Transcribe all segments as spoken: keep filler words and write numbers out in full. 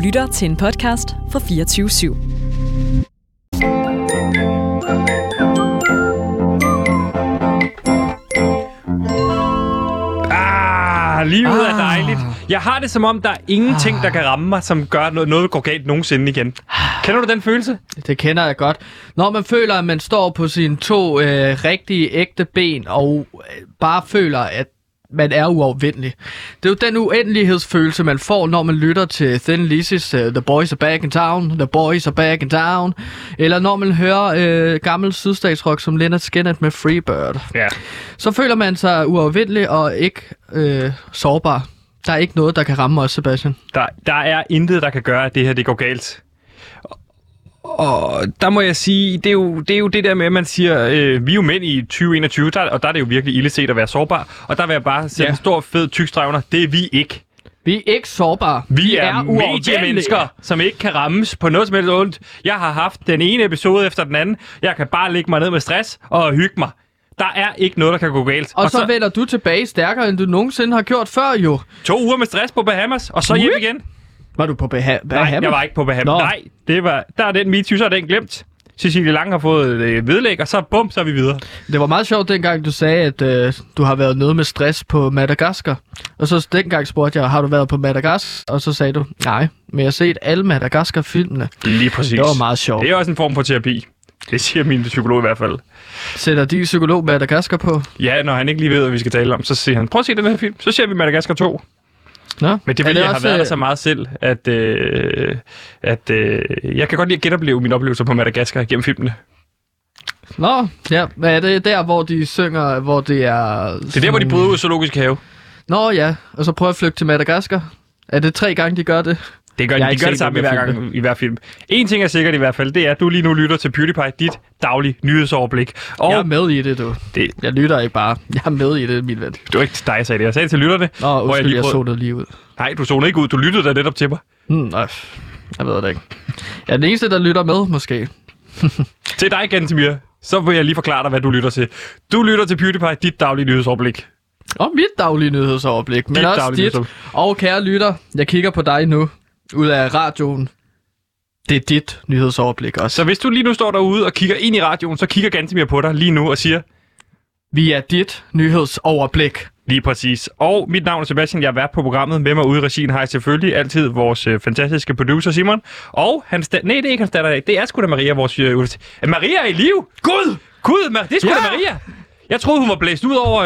lytter til en podcast fra fireogtyve syv. Ah, livet ah. er dejligt. Jeg har det som om, der er ingenting, der kan ramme mig, som gør noget, noget går galt nogensinde igen. Kender du den følelse? Det kender jeg godt. Når man føler, at man står på sine to øh, rigtige, ægte ben, og øh, bare føler, at man er uovervindelig. Det er jo den uendelighedsfølelse, man får, når man lytter til Thin Lizzy's uh, The Boys Are Back in Town, The Boys Are Back in Town, eller når man hører øh, gammel sydstatsrock som Lynyrd Skynyrd med Freebird. Ja. Så føler man sig uovervindelig og ikke øh, sårbar. Der er ikke noget, der kan ramme os, Sebastian. Der, der er intet, der kan gøre, at det her det går galt. Og der må jeg sige, det er jo det, er jo det der med, at man siger, øh, vi er jo mænd i tyve enogtyve, der, og der er det jo virkelig ille set at være sårbar. Og der vil jeg bare sætte ja. en stor, fed tykstrævner. Det er vi ikke. Vi er ikke sårbare. Vi, vi er, er mediemennesker, som ikke kan rammes på noget som helst ondt. Jeg har haft den ene episode efter den anden. Jeg kan bare lægge mig ned med stress og hygge mig. Der er ikke noget, der kan gå galt. Og, og så, så vender du tilbage stærkere, end du nogensinde har gjort før, jo. To uger med stress på Bahamas, og så hjem igen. Var du på Baha- Bahamas? Nej, jeg var ikke på Bahamas. Nå. Nej, det var, der er den MeToo, så er den glemt. Cecilie Lang har fået øh, vedlæg, og så bum, så er vi videre. Det var meget sjovt dengang, du sagde, at øh, du har været nede med stress på Madagaskar. Og så dengang spurgte jeg, har du været på Madagaskar? Og så sagde du, nej, men jeg har set alle Madagaskar-filmene. Lige præcis. Det var meget sjovt. Det er også en form for terapi. Det siger min psykolog i hvert fald. Sætter de psykolog Madagaskar på? Ja, når han ikke lige ved, hvad vi skal tale om, så siger han, prøv at se den her film. Så ser vi Madagaskar to. Nå, men det vil jeg have været der så meget selv, at, øh, at øh, jeg kan godt lide at genopleve mine oplevelser på Madagaskar gennem filmene. Nå, ja. Er det der, hvor de synger, hvor det er... Det er der, hvor de bryder ud af zoologisk have. Nå ja, og så prøver at flygte til Madagaskar. Er det tre gange, de gør det? Det gør, de gør det samme i hver gang i hver film. En ting er sikkert i hvert fald, det er, at du lige nu lytter til PewDiePie, dit daglige nyhedsoverblik. Og jeg er med i det, du. Det. Jeg lytter ikke bare. Jeg er med i det, min ven. Du er ikke dig, jeg sagde det. Jeg sagde det til lytterne. Nå, undskyld, jeg, lige jeg så det lige ud. Nej, du så ikke ud. Du lyttede da netop til mig. Hmm, nej, jeg ved det ikke. Jeg er den eneste, der lytter med, måske. Til dig, Gantemir, så vil jeg lige forklare dig, hvad du lytter til. Du lytter til PewDiePie, dit daglige nyhedsoverblik. Og mit daglige nyhedsoverblik, men dit også dit. Og kære lytter, jeg kigger på dig nu. Ud af radioen. Det er dit nyhedsoverblik også. Så hvis du lige nu står derude og kigger ind i radioen, så kigger Gantemir på dig lige nu og siger... Vi er dit nyhedsoverblik. Lige præcis. Og mit navn er Sebastian, jeg er vært på programmet. Med mig ude i regien har jeg selvfølgelig altid vores øh, fantastiske producer Simon. Og hans da- Nej, det er ikke hans datter i dag. Det er sgu da Maria, vores... Øh, Maria er i live! Gud! Gud, Ma- det er sgu ja. da Maria! Jeg troede, hun var blæst ud over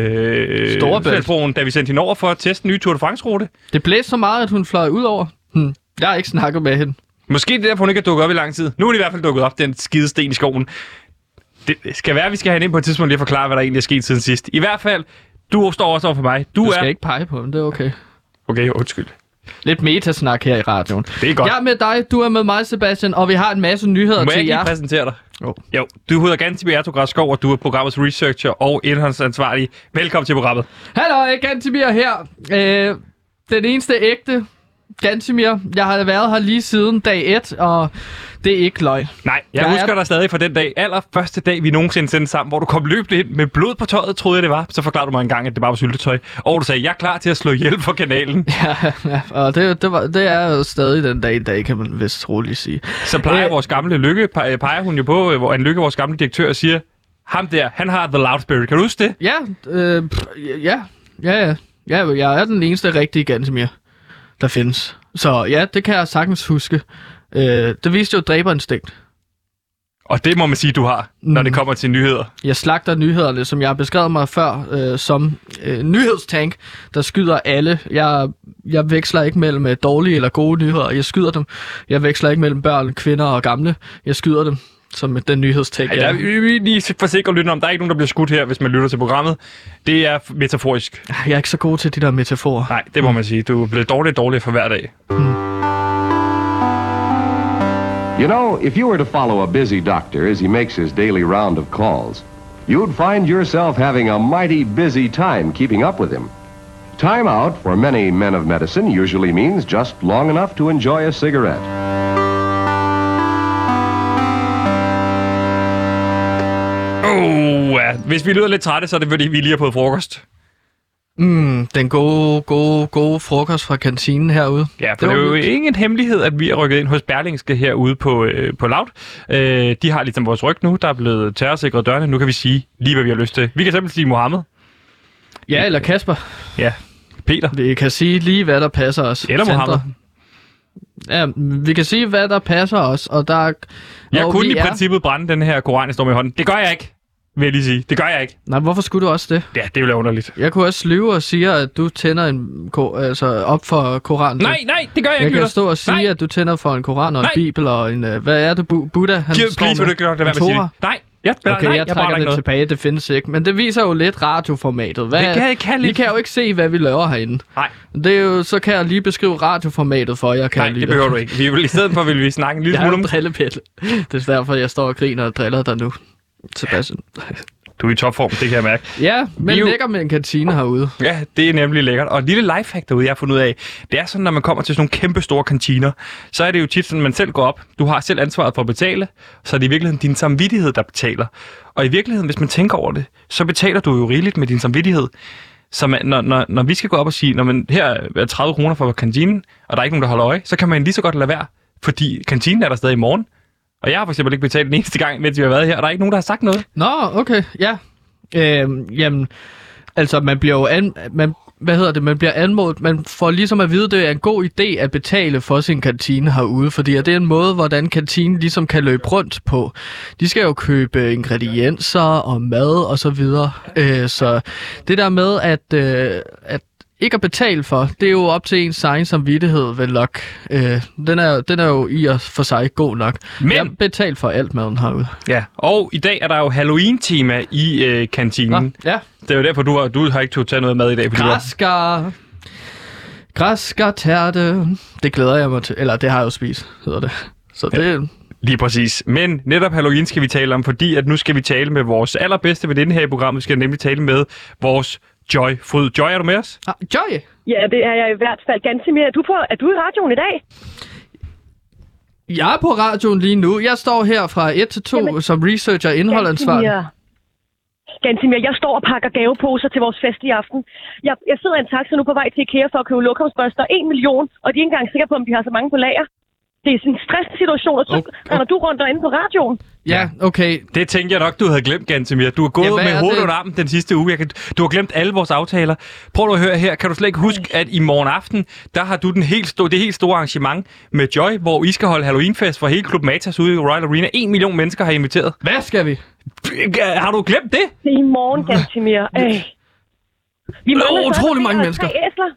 øh, Storebæltsbroen, da vi sendte hende over for at teste en ny Tour de France-rute. Det blæste så meget, at hun fløj ud over. Hmm. Jeg har ikke snakket med hende. Måske det er derfor, hun ikke har dukket op i lang tid. Nu er hun i hvert fald dukket op, den skide sten i skoven. Det skal være, at vi skal have hende ind på et tidspunkt lige at forklare, hvad der egentlig er sket siden sidst. I hvert fald, du står også over for mig. Du, du skal er... ikke pege på dem, det er okay. Okay, undskyld. Lidt metasnak her i radioen. Det er godt. Jeg er med dig, du er med mig, Sebastian, og vi har en masse nyheder Må til jer. Må jeg ikke præsentere dig? Oh. Jo, du hedder Gantemir Ertugras-Skov, og du er programmets researcher og indholdsansvarlig. Velkommen til programmet. Hallo, Gantemir her. Øh, den eneste ægte Gantemir. Jeg har været her lige siden dag et, og det er ikke løgn. Nej, jeg, jeg husker er... dig stadig fra den dag, allerførste dag, vi nogensinde sendte sammen, hvor du kom løbende ind med blod på tøjet, troede jeg det var. Så forklarede du mig engang, at det bare var syltetøj. Og du sagde, jeg er klar til at slå ihjel for kanalen. Ja, ja og det, det, var, det er jo stadig den dag i dag, kan man vist roligt sige. Så plejer Æ... vores gamle Lykke, peger hun jo på, hvor en Lykke, vores gamle direktør, siger, ham der, han har the loud spirit. Kan du huske det? Ja, øh, ja, ja, ja, ja. Jeg er den eneste rigtige Gantemir, der findes. Så ja, det kan jeg sagtens huske. Øh, det viste jo dræberinstinkt. Og det må man sige, du har, når mm. det kommer til nyheder. Jeg slagter nyhederne, som jeg har beskrevet mig før, øh, som øh, nyhedstank, der skyder alle. Jeg, jeg veksler ikke mellem øh, dårlige eller gode nyheder. Jeg skyder dem. Jeg veksler ikke mellem børn, kvinder og gamle. Jeg skyder dem som den nyhedstank. Ej, der, vi, vi lige forsikrer lytterne om, der er ikke nogen, der bliver skudt her, hvis man lytter til programmet. Det er metaforisk. Jeg er ikke så god til de der metaforer. Nej, det må man sige. Du er blevet dårligere og dårligere for hver dag. Mm. You know, if you were to follow a busy doctor as he makes his daily round of calls, you'd find yourself having a mighty busy time keeping up with him. Time out for many men of medicine usually means just long enough to enjoy a cigarette. Oh, ja. Hvis vi lyder lidt trætte, så er det fordi, vi lige har fået frokost. Mm, den gode, gode, gode frokost fra kantinen herude. Ja, for det, det er jo vildt. Ingen hemmelighed, at vi er rykket ind hos Berlingske herude på, øh, på Loud. Øh, de har ligesom vores ryg nu, der er blevet terrorsikret dørene. Nu kan vi sige lige, hvad vi har lyst til. Vi kan simpelthen sige Mohammed. Ja, eller Kasper. Ja, Peter. Vi kan sige lige, hvad der passer os. Eller Mohammed. Ja, vi kan sige, hvad der passer os, og der... Jeg kunne i er... princippet brænde den her koran, jeg står med i hånden. Det gør jeg ikke, vil jeg lige sige. Det gør jeg ikke. Nej, hvorfor skulle du også det? Ja, det er jo underligt. Jeg kunne også lyve og sige, at du tænder en ko- altså op for koranen. Nej, nej, det gør jeg, jeg ikke. Jeg kan stå og sige, nej. At du tænder for en koran og en nej. bibel og en... Uh, hvad er det, Bu- Buddha? Han Giv, please, vil du ikke nok lade være med at sige det? Nej. Ja, okay, nej, jeg trækker det tilbage, det findes ikke. Men det viser jo lidt radioformatet. Hvad, det kan jeg kan Vi kan jo ikke se, hvad vi laver herinde. Nej. Det er jo, så kan jeg lige beskrive radioformatet for jer. Kan nej, det behøver du ikke. Vi vil, I stedet for vil vi snakke en lille smule om... Jeg er en drillepille. Det er derfor, jeg står og griner og driller dig nu, Sebastian. Du er i topform, det kan jeg mærke. Ja, men jo... lækker med en kantine herude. Ja, det er nemlig lækkert. Og et lille lifehack derude, jeg har fundet ud af, det er sådan, når man kommer til sådan nogle kæmpe store kantiner, så er det jo tit sådan, man selv går op. Du har selv ansvaret for at betale, så er det i virkeligheden din samvittighed, der betaler. Og i virkeligheden, hvis man tænker over det, så betaler du jo rigeligt med din samvittighed. Så man, når, når, når vi skal gå op og sige, når man her er tredive kroner for kantinen, og der er ikke nogen, der holder øje, så kan man lige så godt lade være, fordi kantinen er der stadig i morgen. Og jeg har for eksempel ikke betalt den eneste gang, mens vi har været her, og der er ikke nogen, der har sagt noget. Nå, okay, ja. Øhm, jamen, altså man bliver jo an, man, hvad hedder det, man bliver anmodet, man får ligesom at vide, at det er en god idé at betale for sin kantine herude, fordi det er en måde, hvordan kantinen ligesom kan løbe rundt på. De skal jo købe ingredienser og mad og så videre, øh, så det der med at, øh, at ikke at betale for, det er jo op til ens egen samvittighed vel nok. Øh, den, er, den er jo i og for sig god nok. Men jeg betaler for alt maden herude. Ja, og i dag er der jo Halloween-tema i øh, kantinen. Nå, ja. Det er jo derfor, du har, du har ikke turde tage noget mad i dag. Græskar. Græskar tærte. Det glæder jeg mig til. Eller det har jeg jo spist, hedder det. Så det... Ja. Lige præcis. Men netop Halloween skal vi tale om, fordi at nu skal vi tale med vores allerbedste veninde her i programmet. Vi skal nemlig tale med vores Joy. Fryd, Joy, er du med os? Ah, Joy? Ja, det er jeg i hvert fald. Gansimir, er du, på, er du i radioen i dag? Jeg er på radioen lige nu. Jeg står her fra et til to Jamen, som researcher og indholdansvarlig. Gansimir, jeg står og pakker gaveposer til vores fest i aften. Jeg, jeg sidder i en taxa nu på vej til IKEA for at købe lokumsbørster. En million, og de er ikke engang sikre på, om de har så mange på lager. Det er sådan en stresssituation, og så okay. render du rundt derinde på radioen. Ja, okay. Det tænkte jeg nok, du havde glemt, Gansimir. Du har gået ja, med hovedet under armen den sidste uge. Jeg kan, du har glemt alle vores aftaler. Prøv at høre her. Kan du slet ikke huske, at i morgen aften, der har du den helt sto- det helt store arrangement med Joy, hvor I skal holde Halloweenfest for hele Klub Matas ude i Royal Arena. En million mennesker har inviteret. Hvad skal vi? Har du glemt det? Det er i morgen, Gansimir. Øh. Vi mangler utrolig mange mennesker.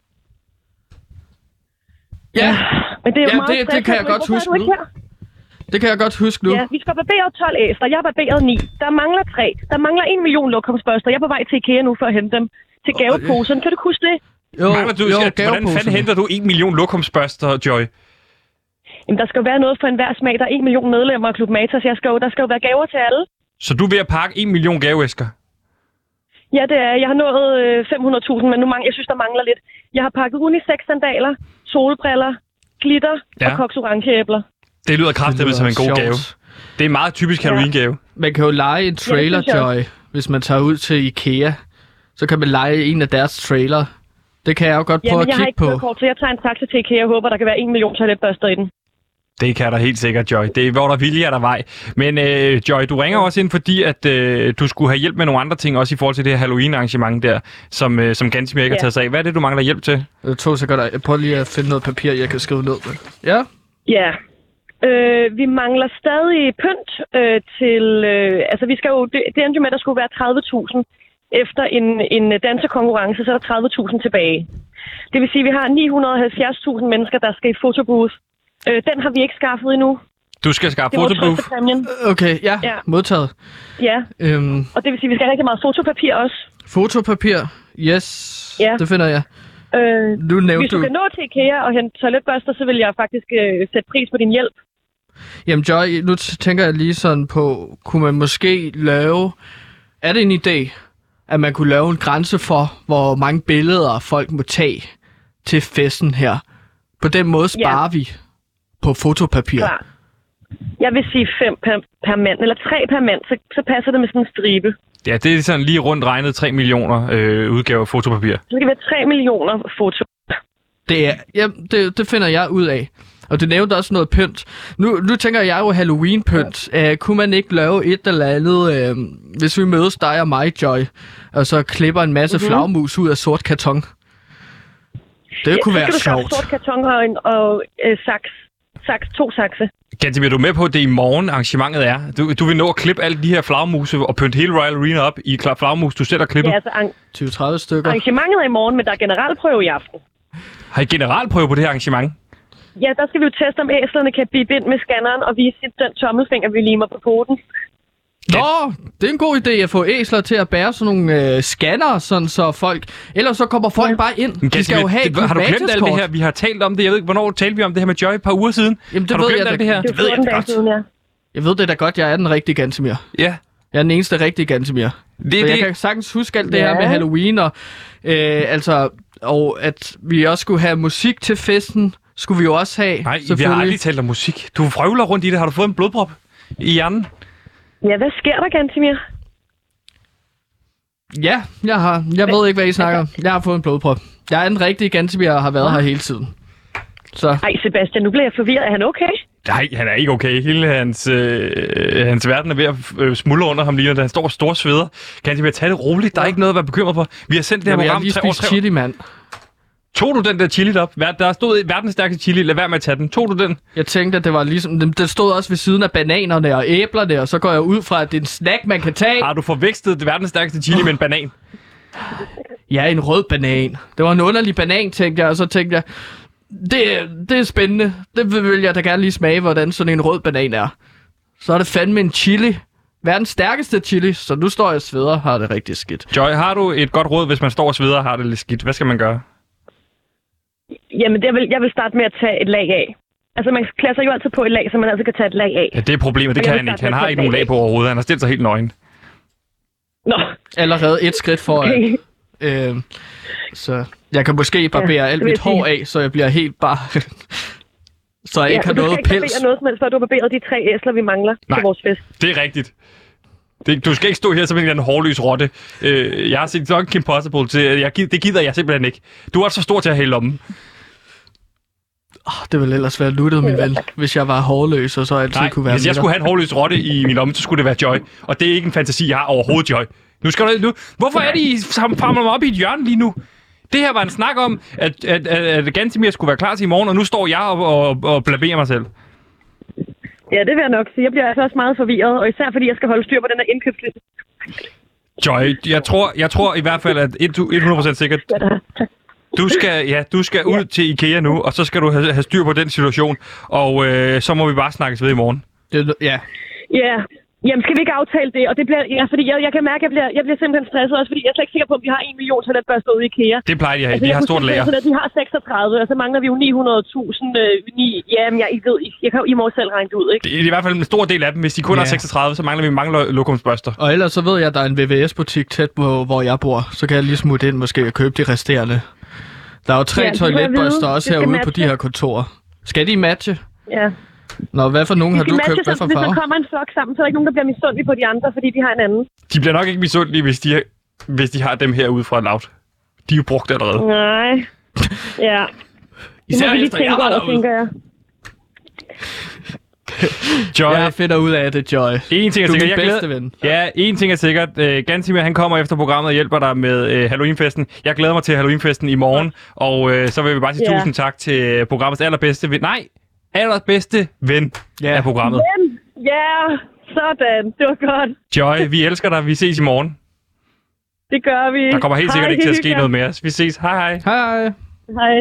Ja, men det, er jo ja, meget det, det kan jeg godt huske nu. Det kan jeg godt huske nu. Ja, vi skal barbere tolv æsler. Jeg har barberet ni. Der mangler tre. Der mangler en million lokumsbørster. Jeg er på vej til IKEA nu for at hente dem til gaveposen. Kan du huske det? Jo, du, jo hvordan fanden henter du en million lokumsbørster, Joy? Jamen, der skal jo være noget for enhver smag. Der er en million medlemmer af Klub Matas. Jeg skal jo, der skal jo være gaver til alle. Så du er ved at pakke en million gaveæsker? Ja, det er. Jeg har nået øh, fem hundrede tusind, men nu mangler, jeg synes, der mangler lidt. Jeg har pakket unisex-sandaler, solbriller, glitter ja. og koks orangeæbler. Det lyder kraftigt som en god sjovt. gave. Det er en meget typisk Halloween-gave. Man kan jo lege en trailer, ja, Joy, hvis man tager ud til IKEA. Så kan man lege en af deres trailer. Det kan jeg jo godt prøve ja, at kigge på. Jeg har ikke kørekort, så jeg tager en taxa til IKEA og håber, der kan være en million toiletbørster i den. Det kan der helt sikkert, Joy. Det er, hvor der vilje er der vej. Men øh, Joy, du ringer også ind, fordi at øh, du skulle have hjælp med nogle andre ting, også i forhold til det her Halloween-arrangement der, som, øh, som Gansimir ikke har taget sig af. Hvad er det, du mangler hjælp til? To sekunder. Jeg prøver lige at finde noget papir, jeg kan skrive ned med. Ja? Ja. Øh, vi mangler stadig pynt øh, til... Øh, altså, vi skal jo... Det, det endte jo med, at der skulle være tredive tusind. Efter en, en dansekonkurrence, så er der tredive tusind tilbage. Det vil sige, at vi har ni hundrede og halvfjerds tusind mennesker, der skal i fotobooth. Øh, den har vi ikke skaffet endnu. Du skal skaffe fotobooth? Okay, ja. ja. Modtaget. Ja, øhm. og det vil sige, at vi skal have rigtig meget fotopapir også. Fotopapir? Yes, ja. Det finder jeg. Øh, nu hvis du, du kan nå til IKEA og hente toiletbørster, så vil jeg faktisk øh, sætte pris på din hjælp. Jamen Joy, nu tænker jeg lige sådan på, kunne man måske lave... Er det en idé, at man kunne lave en grænse for, hvor mange billeder folk må tage til festen her? På den måde sparer ja. vi på fotopapir. Klar. Jeg vil sige fem per, per mand, eller tre per mand, så, så passer det med sådan en stribe. Ja, det er sådan lige rundt regnet tre millioner øh, udgaver af fotopapir. Så skal være tre millioner foto. Det, er, ja, det, det finder jeg ud af. Og du nævnte også noget pynt. Nu, nu tænker jeg jo Halloween-pynt. Uh, kunne man ikke lave et eller andet, uh, hvis vi mødes dig og mig, Joy, og så klipper en masse mm-hmm. flagmus ud af sort karton? Det ja, kunne være sjovt. Så skal du sort karton og, en, og øh, saks. Saks. To sakse. Gantim, er du med på, at det i morgen arrangementet er? Du, du vil nå at klippe alle de her flagmuse og pynte hele Royal Arena op i flagmus, du selv har klippet? Ja, altså an- tyve til tredive stykker. Arrangementet er i morgen, men der er generalprøve i aften. Har I generalprøve på det her arrangement? Ja, der skal vi jo teste, om æslerne kan bippe ind med scanneren og vise den tommelfinger, vi limer på poten. Nå, det er en god idé at få æsler til at bære sådan nogle øh, scanner, sådan så folk... Ellers så kommer folk ja. bare ind. De skal jo have det, har du glemt alt det her? Vi har talt om det. Jeg ved ikke, hvornår talte vi om det her med Joy et par uger siden? Jamen, det har du ved glemt jeg alt det her? Det, det ved jeg da godt. Siden, ja. Jeg ved det da godt, jeg er den rigtige Gantemir. Ja. Jeg er den eneste rigtige Gantemir. Det, det... Jeg kan sagtens huske alt det ja. her med Halloween, og, øh, altså, og at vi også skulle have musik til festen. Skulle vi jo også have. Nej, vi har aldrig talt om musik. Du frøvler rundt i det. Har du fået en blodprop i hjernen? Ja, hvad sker der, Gantemir? Ja, jeg har. Jeg ved ikke, hvad I snakker om. Jeg har fået en blodprop. Jeg er den rigtige Gantemir og har været her hele tiden. Så. Ej, Sebastian, nu bliver jeg forvirret. Er han okay? Nej, han er ikke okay. Hele hans, øh, hans verden er ved at øh, smuldre under ham lige, og han står og store sveder. Gantemir, tage det roligt. Der er ikke noget at være bekymret for. Vi har sendt det her Jamen, program tre år. Chili, mand. Tog du den der chili op? Der stod verdens stærkeste chili. Lad være med at tage den. Tog du den? Jeg tænkte, at det var ligesom... Den stod også ved siden af bananerne og æblerne, og så går jeg ud fra, at det er en snack, man kan tage. Har du forvekslet det verdens stærkeste chili med en banan? Ja, en rød banan. Det var en underlig banan, tænkte jeg, og så tænkte jeg... Det, det er spændende. Det vil jeg da gerne lige smage, hvordan sådan en rød banan er. Så er det fandme en chili. Verdens stærkeste chili, så nu står jeg og sveder og har det rigtig skidt. Joy, har du et godt råd, hvis man står og sveder og har det lidt skidt? Hvad skal man gøre? Jamen, det vil, jeg vil starte med at tage et lag af. Altså, man klæder sig jo altid på et lag, så man altså kan tage et lag af. Ja, det er problemet. Det kan han ikke. Han har ikke nogen lag på overhovedet. Han har stillet sig helt nøgen. Nå. Allerede et skridt foran. Okay. Øh, så jeg kan måske barbere ja, alt mit hår af, så jeg bliver helt bare... så jeg ja, ikke har noget pels. Ja, du skal ikke noget som helst, før du har barberet de tre æsler, vi mangler Nej, til vores fest. Det er rigtigt. Det, du skal ikke stå her som en eller anden hårløs rotte. Øh, jeg har set nok Kim Possible til, jeg, det gider jeg simpelthen ikke. Du er også for stor til at hælde lommen. Oh, det ville ellers være luttet, min ven, hvis jeg var hårløs, og så altid Nej, kunne være hvis jeg skulle have en hårløs rotte i min lomme, så skulle det være Joy. Og det er ikke en fantasi, jeg har overhovedet, Joy. Nu skal du, nu, hvorfor er det, I famler mig op i et hjørne lige nu? Det her var en snak om, at, at, at, at Gantemir skulle være klar til i morgen, og nu står jeg og, og, og blaberer mig selv. Ja, det vil jeg nok sige. Jeg bliver altså også meget forvirret, og især fordi jeg skal holde styr på den her indkøbsliste. Joy, jeg tror, jeg tror i hvert fald, at hundrede procent sikkert, du skal, ja, du skal ud til IKEA nu, og så skal du have, have styr på den situation, og øh, så må vi bare snakkes ved i morgen. Det, ja. Ja. Jamen, skal vi ikke aftale det? Og det bliver, ja, fordi jeg, jeg kan mærke, at jeg bliver, jeg bliver simpelthen stresset også, fordi jeg er slet ikke sikker på, om vi har en million toiletbørster ude i IKEA. Det plejer de at have. Altså, de har stort lager. De har seksogtredive, og så mangler vi jo ni hundrede tusind. Øh, ni, jamen, jeg ikke ved, jeg kan, I må selv regne det ud, ikke? Det er i hvert fald en stor del af dem. Hvis de kun ja. har seksogtredive, så mangler vi mange lokumsbørster. Og ellers så ved jeg, at der er en V V S-butik tæt på, hvor jeg bor. Så kan jeg lige smutte ind måske og købe de resterende. Der er jo tre ja, toiletbørster også herude matche. På de her kontorer. Skal de matche? Ja. Nå, hvad for nogen har du købt? Hvad for farver? Hvis der kommer en flok sammen, så er der ikke nogen, der bliver misundelige på de andre, fordi de har en anden. De bliver nok ikke misundelige, hvis de, hvis de har dem herude fra Loud. De er jo brugt allerede. Nej. Ja. Især efter jeg var derude. Tænker jeg. Joy. Jeg finder ud af det, Joy. En ting er du er sikkert, min bedste ven. Ja, en ting er sikkert. Uh, Gantemir, han kommer efter programmet og hjælper dig med uh, Halloweenfesten. Jeg glæder mig til Halloweenfesten i morgen, og uh, så vil vi bare sige yeah. tusind tak til programmets allerbedste ven. Nej, allerbedste ven yeah. af programmet. Ven? Ja, yeah. Sådan. Det var godt. Joy, vi elsker dig. Vi ses i morgen. Det gør vi. Der kommer helt sikkert hej, ikke til at ske noget med os. Vi ses. Hej hej. Hej. Hej.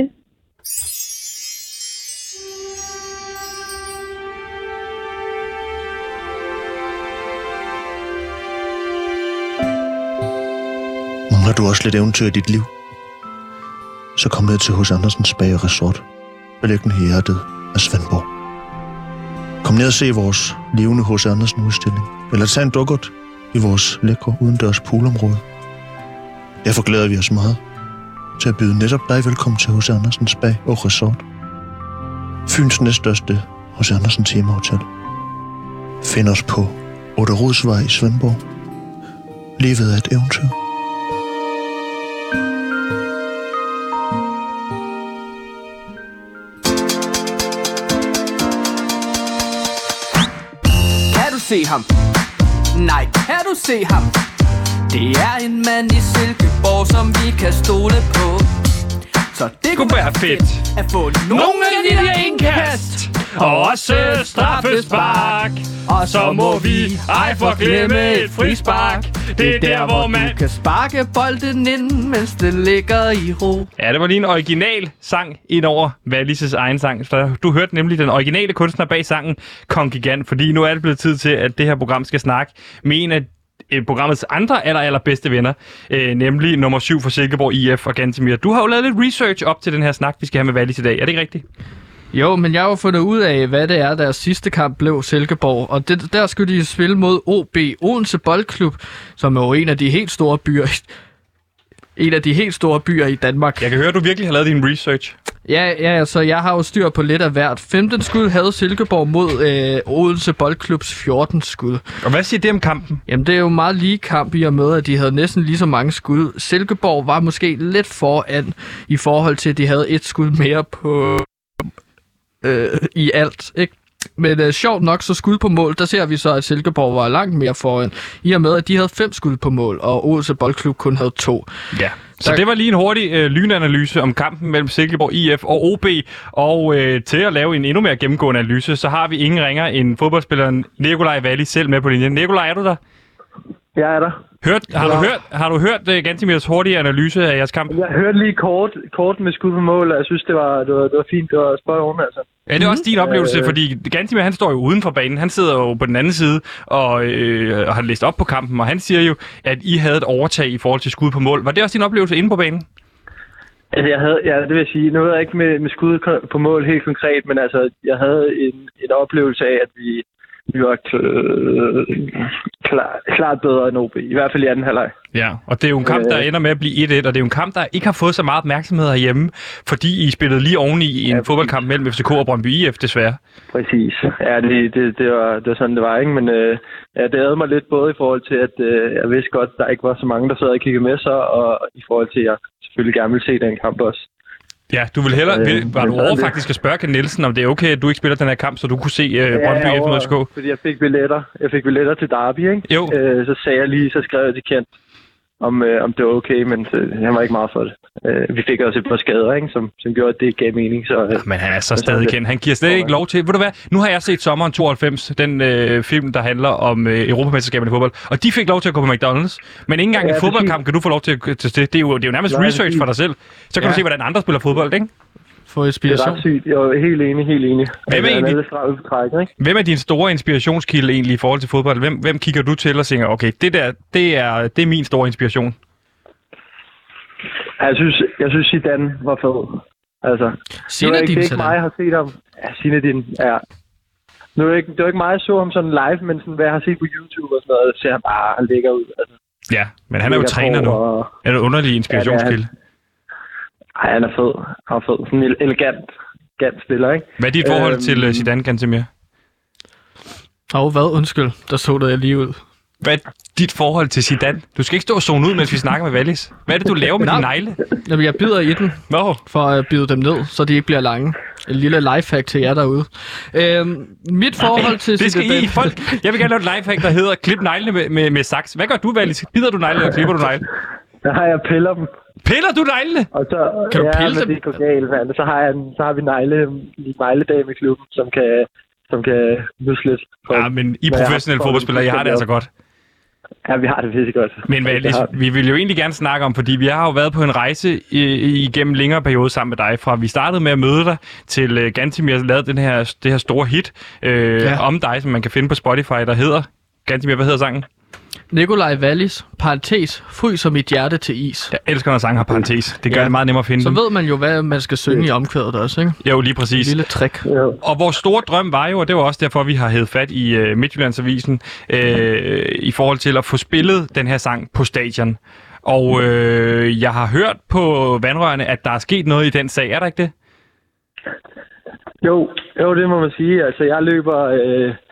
Mangler du også lidt eventyr i dit liv? Så kom med til H C Andersens Spa og Resort, beliggende i hjertet af Svendborg. Kom ned og se vores levende H C Andersen udstilling, eller tag en dukkert i vores lækre udendørs poolområde. Derfor glæder vi os meget til at byde netop dig velkommen til H C Andersens Spa og Resort, Fyns næststørste H C Andersen temahotel. Find os på Otterodsvej i Svendborg. Livet er et eventyr. Kan du se ham? Nej, kan du se ham? Det er en mand i Silkeborg, som vi kan stole på. Så det kunne være fedt at få nogle af de der indkast. Og også straffespark. Og så må vi ej forglemme et frispark. Det er der, hvor man kan sparke bolden ind, mens det ligger i ro. Ja, det var lige en original sang ind over Wallis' egen sang. Du hørte nemlig den originale kunstner bag sangen, Kong Gigant. Fordi nu er det blevet tid til, at det her program skal snakke med en af programmets andre aller, aller bedste venner, øh, nemlig nummer syv for Silkeborg I F og Gantemir. Du har jo lavet lidt research op til den her snak, vi skal have med Wallis i dag. Er det ikke rigtigt? Jo, men jeg har jo fundet ud af, hvad det er, deres sidste kamp blev Silkeborg. Og det, der skulle de spille mod O B, Odense Boldklub, som er jo en af de helt store byer en af de helt store byer i Danmark. Jeg kan høre, at du virkelig har lavet din research. Ja, ja, så jeg har jo styr på lidt af hvert. femten skud havde Silkeborg mod øh, Odense Boldklubs fjorten skud. Og hvad siger det om kampen? Jamen, det er jo meget lige kamp i og med, at de havde næsten lige så mange skud. Silkeborg var måske lidt foran i forhold til, at de havde et skud mere på øh, i alt, ikke? Men øh, sjovt nok, så skud på mål, der ser vi så, at Silkeborg var langt mere foran. I og med, at de havde fem skud på mål, og Odense Boldklub kun havde to. Ja. Så det var lige en hurtig øh, lynanalyse om kampen mellem Silkeborg I F og O B. Og øh, til at lave en endnu mere gennemgående analyse, så har vi ingen ringer end fodboldspilleren Nikolaj Wallis selv med på linjen. Nikolaj, er du der? Jeg er der. Hørt, har, du hørt, har du hørt uh, Gantemirs hurtige analyse af jeres kamp? Jeg hørte lige kort, kort med skud på mål, og jeg synes, det var, det var, det var fint. Det var spot on, altså. Ja, det er også din oplevelse, øh, fordi Gantemir, han står jo uden for banen. Han sidder jo på den anden side og øh, har læst op på kampen, og han siger jo, at I havde et overtag i forhold til skud på mål. Var det også din oplevelse inde på banen? Altså, jeg havde, ja, det vil jeg sige, nu ved jeg ikke med, med skud på mål helt konkret, men altså, jeg havde en, en oplevelse af, at vi, vi var kl- klar, klart bedre end O B, i hvert fald i anden halvleg. Ja, og det er jo en kamp, der ender med at blive et et, og det er jo en kamp, der ikke har fået så meget opmærksomhed herhjemme, fordi I spillede lige oveni i en ja, fodboldkamp mellem F C K og Brøndby I F, desværre. Præcis. Ja, det, det, det, var, det var sådan, det var, ikke? Men øh, ja, det havde mig lidt både i forhold til, at øh, jeg vidste godt, at der ikke var så mange, der sad og kiggede med sig, og i forhold til, at jeg selvfølgelig gerne ville se den kamp også. Ja, du vil hellere, vil, var du over faktisk at spørge Ken Nielsen, om det er okay, at du ikke spiller den her kamp, så du kunne se uh, Brøndby I F mod F C K? Fordi jeg fik billetter. Jeg fik billetter til Derby, ikke? Jo. Øh, så sagde jeg lige, så skrev jeg til Kent, om, øh, om det var okay, men så, han var ikke meget for det. Øh, vi fik også et par skader, ikke? Som, som gjorde, at det gav mening. Så, øh, men han er så stadig Kent. Han giver slet ikke lov til. Ved du hvad? Nu har jeg set Sommeren tooghalvfems, den øh, film, der handler om øh, Europamesterskaberne i fodbold, og de fik lov til at gå på McDonald's. Men ikke engang ja, en fodboldkamp kan du få lov til at til det. Det er jo, det er jo nærmest Nej, research for dig selv. Så kan ja. du se, hvordan andre spiller fodbold, ikke? For inspiration. Det er ret sygt. Jeg er helt enig, helt enig. Hvem er, egentlig, træk, ikke? hvem er din store inspirationskilde egentlig i forhold til fodbold? Hvem, hvem kigger du til og tænker, okay, det der, det er, det er min store inspiration? Jeg synes, jeg synes Zidane var fed. Altså, Zinedine det er ikke mig, jeg har set ham. Ja, Zinedine, ja. Nu er det ikke, det var ikke mig, jeg så ham sådan live, men sådan, hvad jeg har set på YouTube og sådan noget, ser han bare lækker ud. Altså. Ja, men han er jo træner nu. Og... Er det underlig inspirationskilde? Ja, Ej, han er fed. Han er fed. Sådan en elegant, elegant spiller, ikke? Hvad er dit forhold øhm... til Zidane, Gantemir? Åh, oh, hvad? Undskyld. Der så det jeg lige ud. Hvad er dit forhold til Zidane? Du skal ikke stå og zone ud, mens vi snakker med Wallis. Hvad er det, du laver med dine negle? Jamen, jeg bider i den, Nå. for at bide dem ned, så de ikke bliver lange. En lille lifehack til jer derude. Øhm, mit forhold til det skal Zidane... I, folk. Jeg vil gerne lave et lifehack, der hedder klip neglene med, med, med saks. Hvad gør du, Wallis? Bider du neglene, eller klipper du negle? Der har jeg piller dem. Piller du neglene? Og så, kan du ja, pille dem? Det går galt, mand. Så har, jeg en, så har vi negle, en negledame i klubben, som kan, som kan nus lidt. Ja, men I professionelle fodboldspillere, I har det altså godt. Ja, vi har det virkelig godt. Men Wallis, vi vil jo egentlig gerne snakke om, fordi vi har jo været på en rejse igennem længere periode sammen med dig, fra vi startede med at møde dig, til uh, Gantemir lavede den her, det her store hit øh, ja. om dig, som man kan finde på Spotify, der hedder... Gantemir, hvad hedder sangen? Nikolaj Wallis, parentes, fryser mit hjerte til is. Jeg elsker, når sangen har parentes. Det gør ja. det meget nemmere at finde. Så ved man jo, hvad man skal synge i omkvædet også, ikke? Jo, lige præcis. En lille trick. Ja. Og vores store drøm var jo, og det var også derfor, vi har hævet fat i uh, Midtjyllandsavisen, øh, i forhold til at få spillet den her sang på stadion. Og øh, jeg har hørt på vandrørene, at der er sket noget i den sag. Er der ikke det? Jo, jo det må man sige. Altså, jeg løber... Øh...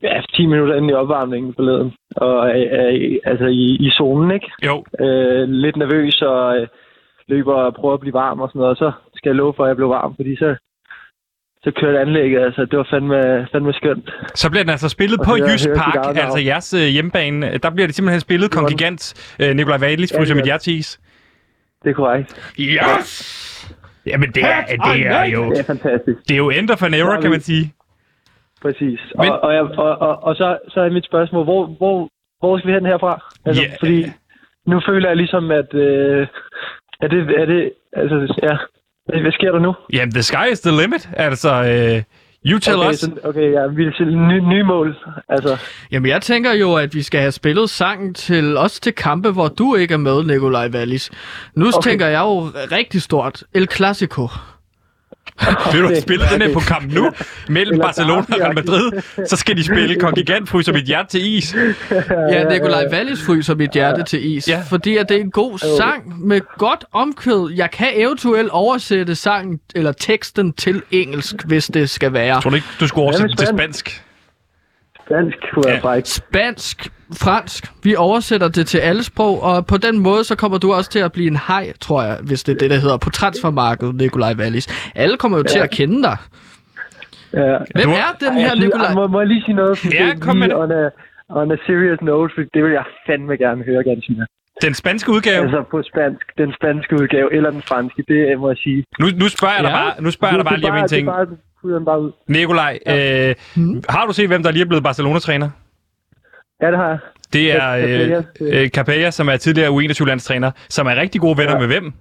ja, ti minutter inde i opvarmningen forleden. Og øh, altså i, i zonen, ikke? Jo. Øh, lidt nervøs og øh, løber og prøver at blive varm og sådan noget. Og så skal jeg love for, at jeg blev varm, fordi så, så kørte anlægget. Altså, det var fandme, fandme skønt. Så bliver den altså spillet og på Jysk Park, altså jeres øh, hjemmebane. Der bliver det simpelthen spillet kongigant øh, Nikolaj Wallis, fryser mit hjerteis. Det er korrekt. Yes! Jamen, det er, det er jo... Det er fantastisk. Det er jo end of an era, kan man sige. Præcis. Men... Og, og, jeg, og, og, og så, så er mit spørgsmål, hvor, hvor, hvor skal vi have den herfra? Altså, yeah. Fordi nu føler jeg ligesom, at... Øh, er det... Er det altså, ja... Hvad sker der nu? Jamen, the sky is the limit. Altså, øh, you tell okay, us. Så, okay, ja, vi vil til nye, nye mål. Altså. Jamen, jeg tænker jo, at vi skal have spillet sangen til også til kampe, hvor du ikke er med, Nikolaj Wallis. Nu okay. tænker jeg jo rigtig stort. El Clasico. Vil du have spillet den her på Camp Nou mellem Barcelona og Real Madrid, så skal de spille kongigant fryser mit hjerte til is. Ja, Nikolaj Wallis fryser mit hjerte til is, ja. Fordi at det er en god sang med godt omkvæd. Jeg kan eventuelt oversætte sangen eller teksten til engelsk, hvis det skal være. Tror du ikke, du skulle oversætte til spansk? Spansk kunne være frækt. Spansk, fransk. Vi oversætter det til alle sprog, og på den måde, så kommer du også til at blive en hej, tror jeg, hvis det er det, der hedder, på transfermarkedet, Nikolaj Wallis. Alle kommer jo ja. til at kende dig. Ja. Hvem er den her, Nikolaj? Må, må jeg lige sige noget? Ja, kom med det. On a, on a serious note, for det vil jeg fandme gerne høre, ganske mere. Den spanske udgave? Altså på spansk, den spanske udgave, eller den franske, det må jeg sige. Nu, nu spørger jeg dig ja. bare, nu spørger jeg dig bare lige om en ting. Nikolaj, øh, hmm. har du set, hvem der lige er blevet Barcelona-træner? Ja, det har jeg. Det er øh, Capella, som er tidligere U enogtyve-landstræner, som er rigtig gode venner ja. med hvem?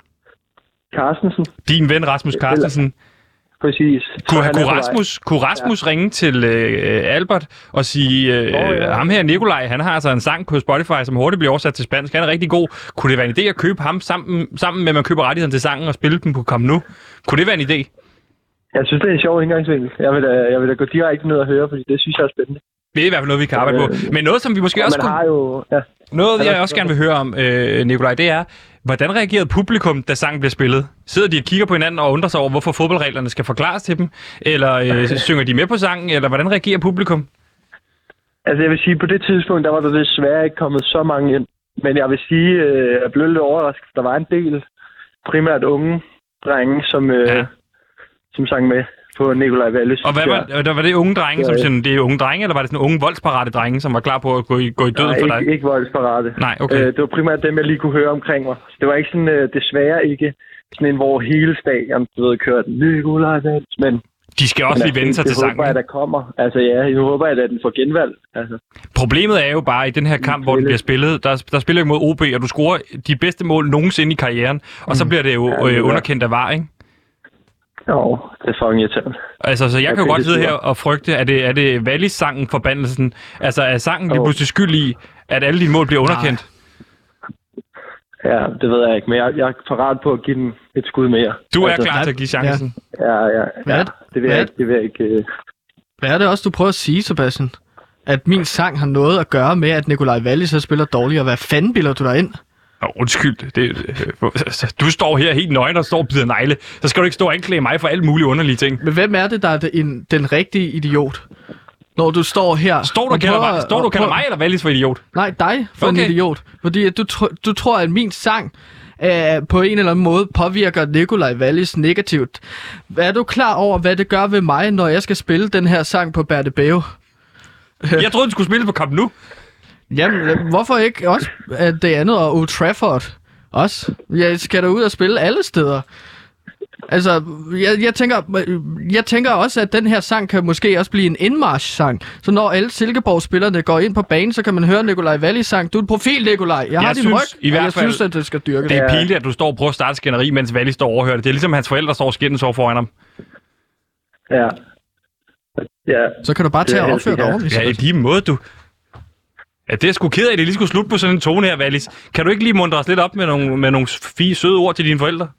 Carstensen. Din ven Rasmus Carstensen. Præcis. Kunne, kunne Rasmus, kunne Rasmus ja. ringe til øh, Albert og sige, øh, oh, ja. ham her Nikolaj, han har altså en sang på Spotify, som hurtigt bliver oversat til spansk. Han er rigtig god. Kunne det være en idé at købe ham sammen, sammen med, at man køber rettigheden til sangen og spille den på Camp Nou? Kunne det være en idé? Jeg synes, det er en sjov indgangsvinkel. Jeg vil da, jeg vil da gå direkte ned og høre, fordi det synes jeg er spændende. Det er i hvert fald noget, vi kan arbejde på. Men noget, som vi måske også kunne... Har jo, ja. Noget, jeg også gerne vil høre om, øh, Nikolaj, det er, hvordan reagerede publikum, da sangen blev spillet? Sidder de og kigger på hinanden og undrer sig over, hvorfor fodboldreglerne skal forklares til dem? Eller øh, synger de med på sangen? Eller hvordan reagerer publikum? Altså, jeg vil sige, på det tidspunkt, der var der desværre ikke kommet så mange ind. Men jeg vil sige, øh, jeg blev lidt overrasket. Der var en del, primært unge drenge, som, øh, ja. som sang med på Nikolaj Wallis. Og hvad var, ja. var det unge drenge, som sådan, det er unge drenge, eller var det sådan unge voldsparate drenge, som var klar på at gå i, gå i døden Nej, for dig? Nej, ikke voldsparate. Nej, okay. Øh, det var primært dem, jeg lige kunne høre omkring mig. Det var ikke sådan, øh, desværre ikke sådan en, hvor hele stadion, du ved, kørte Nikolaj Wallis, men... De skal også lige vende sig til sangen. Det håber jeg, der kommer. Altså ja, jeg håber, at den får genvalg. Altså. Problemet er jo bare, i den her kamp, hvor den bliver spillet, der, der spiller ikke mod O B, og du scorer de bedste mål nogensinde i karrieren, og så bliver det jo ja, det øh, underkendt af V A R, ikke? Jo, det er fucking irriterende. Altså, så jeg kan jo godt sidde her og frygte, er det, er det Wallis-sangen forbandelsen? Altså, er sangen lige pludselig skyld i, at alle dine mål bliver underkendt? Ja, det ved jeg ikke, men jeg, jeg er parat på at give den et skud mere. Du er altså, klar til at give chancen? Ja, ja, ja. ja. Det vil jeg ikke. Det vil jeg ikke uh... Hvad er det også, du prøver at sige, Sebastian? At min sang har noget at gøre med, at Nikolaj Wallis så spiller dårligt, og hvad fanden bilder du dig ind? Oh, undskyld, det, du står her helt nøgen og står og bider negle. Så skal du ikke stå og anklage mig for alle mulige underlige ting. Men hvem er det, der er den, den rigtige idiot? Når du står her... Står du og kalder mig, står du og kalder mig eller Wallis for idiot? Nej, dig for okay. en idiot. Fordi at du, tr- du tror, at min sang øh, på en eller anden måde påvirker Nikolaj Wallis negativt. Er du klar over, hvad det gør ved mig, når jeg skal spille den her sang på Bernabeu? Jeg troede, du skulle spille på Camp Nou. Jamen, hvorfor ikke også det andet og Old Trafford? Også? Jeg skal da ud og spille alle steder. Altså, jeg, jeg, tænker, jeg tænker også, at den her sang kan måske også blive en indmarsch-sang. Så når alle Silkeborg-spillerne går ind på banen, så kan man høre Nikolaj Wallis sang. Du er en profil, Nikolaj. Jeg, jeg har din ryg, i hvert fald, jeg synes, at det skal dyrke. Det er pinligt, at du står og prøver at starte skænderi, mens Wallis står og overhører det. Det er ligesom, hans forældre står og skændes over foran ham. Ja. Ja. Så kan du bare tage og opføre dig ordentligt. Ja, i lige måde, du... Ja, det er sgu ked af, at det lige skulle slutte på sådan en tone her, Wallis. Kan du ikke lige muntre os lidt op med nogle, med nogle fine, søde ord til dine forældre?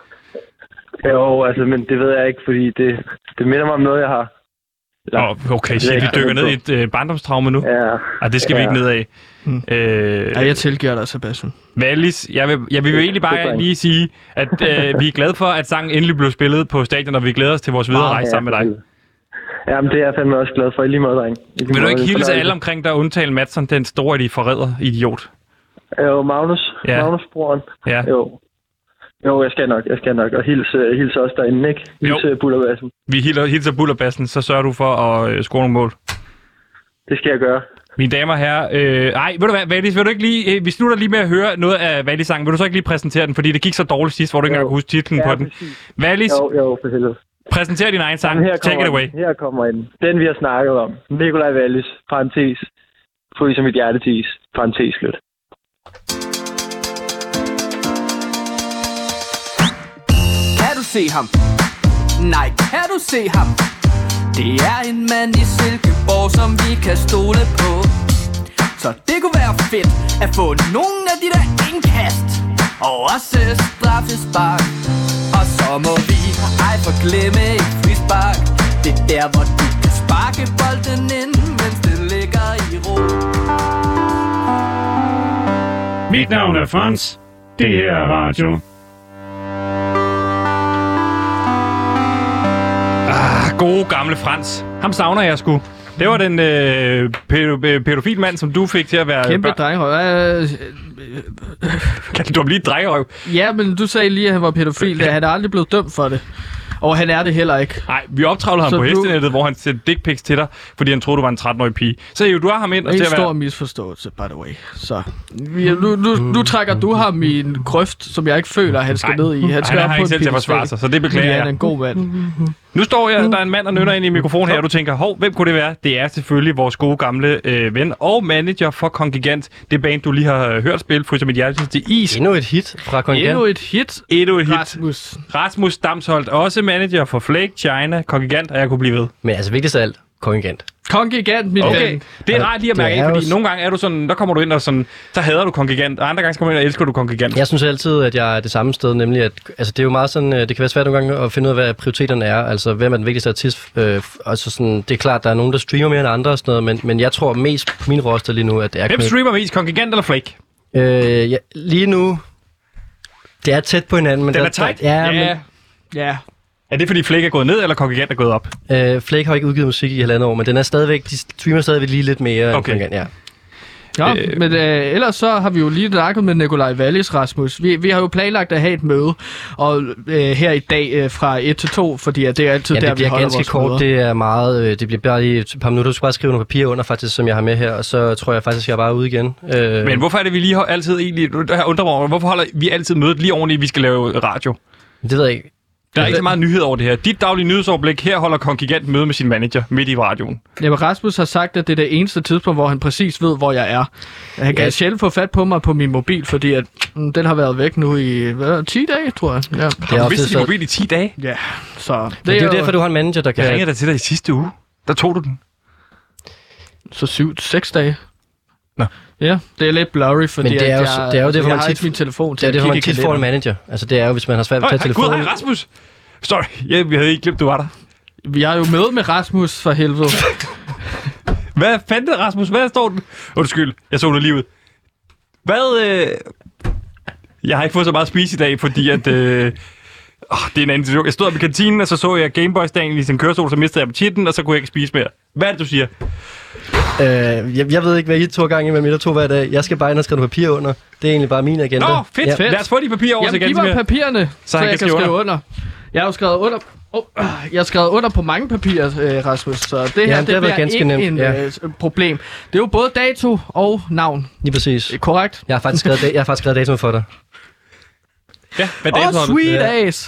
Jo, altså, men det ved jeg ikke, fordi det, det minder mig om noget, jeg har... Åh, oh, okay, shit, vi dykker ned i et øh, barndomstraume nu. Ja. Ej, det skal ja. vi ikke ned af. Hmm. Øh, ja, jeg tilgiver dig, Sebastian. Wallis, jeg vil, jeg vil jo egentlig bare lige sige, at øh, vi er glade for, at sangen endelig blev spillet på stadion, og vi glæder os til vores videre rejse sammen med dig. Jamen, det er jeg fandme også glad for. I lige måde, dreng. Vil du ikke hilse alle omkring dig, undtale Madsen, den store de forræder idiot? Jo, Magnus. Ja. Magnus broren. Ja. Jo. Jo, jeg skal nok, jeg skal nok. Og hilse, hilse også derinde, ikke? Hilse Bullerbassen. Vi hilser, hilser Bullerbassen, så sørger du for at øh, score nogle mål. Det skal jeg gøre. Mine damer og herrer, øh, ej, ved du hvad, Valis, vil du ikke lige, øh, vi slutter lige med at høre noget af Valis sang. Vil du så ikke lige præsentere den, fordi det gik så dårligt sidst, hvor du ikke engang kunne huske titlen ja, på den. Valis, jo, jo, for helvede. Præsenter din egen sang. Jamen, Take it away. Den. Her kommer den. Den, vi har snakket om. Nikolaj Wallis, parentes. Fryser mit hjertetis, parentes slut. Kan du se ham? Nej, kan du se ham? Det er en mand i Silkeborg, som vi kan stole på. Så det kunne være fedt at få nogle af de der indkast og også straffespark. Og så må vi ej forglemme et frispark. Det er der, hvor du kan sparke bolden ind, mens det ligger i ro. Mit navn er Frans. Det her er radio. Ah, gode gamle Frans. Ham savner jeg sgu. Det var den øh, pædo- pædofil mand, som du fik til at være... Kæmpe drengerøv. Kan du blive et drengerøv? Ja, men du sagde lige, at han var pædofil. Han er aldrig blevet dømt for det. Og han er det heller ikke. Nej, vi optravlede ham så på du... hestenettet, hvor han sendte dick pics til dig, fordi han troede, du var en tretten-årig pige. Så jo, du har ham ind... Og det er en stor være... misforståelse, by the way. Så ja, nu, nu, nu trækker du ham i en grøft, som jeg ikke føler, han skal Ej, ned i. Han skal han har ikke selv til at forsvare sig, så det beklager jeg. Han er en god mand. Nu står jeg, der er en mand, der nynner ind i mikrofonen her, og du tænker, hov, hvem kunne det være? Det er selvfølgelig vores gode gamle øh, ven og manager for Kongigant. Det band, du lige har hørt spille, Fryser mit hjerte til is. Endnu et hit fra Kongigant. Endnu et hit. Endnu et hit. Rasmus. Rasmus Damsholdt, også manager for Flake, China, Kongigant, og jeg kunne blive ved. Men altså vigtigst af alt, Kongigant. Kongigant, mit okay. ven. Det er rart lige at mærke af, fordi også... nogle gange er du sådan, der kommer du ind og sådan, så hader du Kongigant, og andre gange kommer du ind og elsker du Kongigant. Jeg synes altid, at jeg er det samme sted, nemlig at, altså det er jo meget sådan, det kan være svært nogle gange at finde ud af, hvad prioriteterne er, altså hvem er den vigtigste artist, øh, altså sådan, det er klart, der er nogen, der streamer mere end andre og sådan noget, men, men jeg tror mest på min roster lige nu, at det er... Hvem streamer mest, Kongigant eller Flake? Øh, ja, lige nu, det er tæt på hinanden, men... Den der, er tight? Der, ja, ja. Men, ja. Er det fordi Flake er gået ned, eller Kongigant er gået op? Øh, Flake har ikke udgivet musik i halvandet år, men den er stadigvæk, de streamer stadigvæk lige lidt mere okay. end Kongigant, ja. Ja, øh, men øh, ellers så har vi jo lige snakket med Nikolaj Wallis, Rasmus. Vi, vi har jo planlagt at have et møde og øh, her i dag øh, fra et til to, fordi at det er altid ja, der, vi holder vores ganske kort. møder. Det er meget, øh, det bliver bare lige et par minutter. Du skal bare skrive nogle papirer under, faktisk, som jeg har med her, og så tror jeg faktisk, jeg er bare ude igen. Øh... Men hvorfor er det, vi lige altid egentlig... Jeg undrer mig, hvorfor holder vi altid mødet lige ordentligt, vi skal lave radio? Det ved jeg ikke. Der er ikke så meget nyhed over det her. Dit daglige nyhedsoverblik, her holder Kongigant møde med sin manager midt i radioen. Jamen, Rasmus har sagt, at det er det eneste tidspunkt, hvor han præcis ved, hvor jeg er. Han kan ja. sjældent få fat på mig på min mobil, fordi at, mm, den har været væk nu i hvad, ti dage, tror jeg. Ja. Har du mistet din mobil i ti dage? Ja, så... Det, det er jo derfor, du har en manager, der kan... Jeg ringede dig til dig i sidste uge. Der tog du den. Så syv, seks dage. Nå. Ja, det er lidt blurry, fordi men det er jo, jeg, det er jo det, jeg man har tit, ikke min telefon til det er at det, kigge man tit får en manager. Altså, det er jo, hvis man har svært ved at tage telefonen. Gud, hej Rasmus! Sorry, jeg, jeg havde ikke glemt, du var der. Vi har jo møde med Rasmus, for helvede. Hvad fanden det, Rasmus? Hvad står den? Undskyld, jeg så noget lige ud. Hvad, øh... Jeg har ikke fået så meget at spise i dag, fordi at... Øh... Oh, det er en anden situation. Jeg stod op i kantinen, og så så jeg Gameboy-standen i sin køresol, så mistede jeg appetitten, og så kunne jeg ikke spise mere. Hvad er det, du siger? Øh, jeg, jeg ved ikke, hvad I to gange imellem, I to hver dag. Jeg skal bare ind og skrive nogle papirer under. Det er egentlig bare min agenda. Nå, fedt, ja. fedt. Lad os få de papirer over. Jamen, giv mig papirerne, så, så jeg kan skrive under. under. Jeg har jo skrevet under... Oh, jeg har skrevet under på mange papirer, øh, Rasmus, så det her ja, det, det bliver ikke nemt. en ja. øh, problem. Det er jo både dato og navn. Lige præcis. Korrekt? Jeg har faktisk skrevet, jeg har faktisk skrevet datoen for dig. Ja, hvad dato har du? Oh, sweet ass!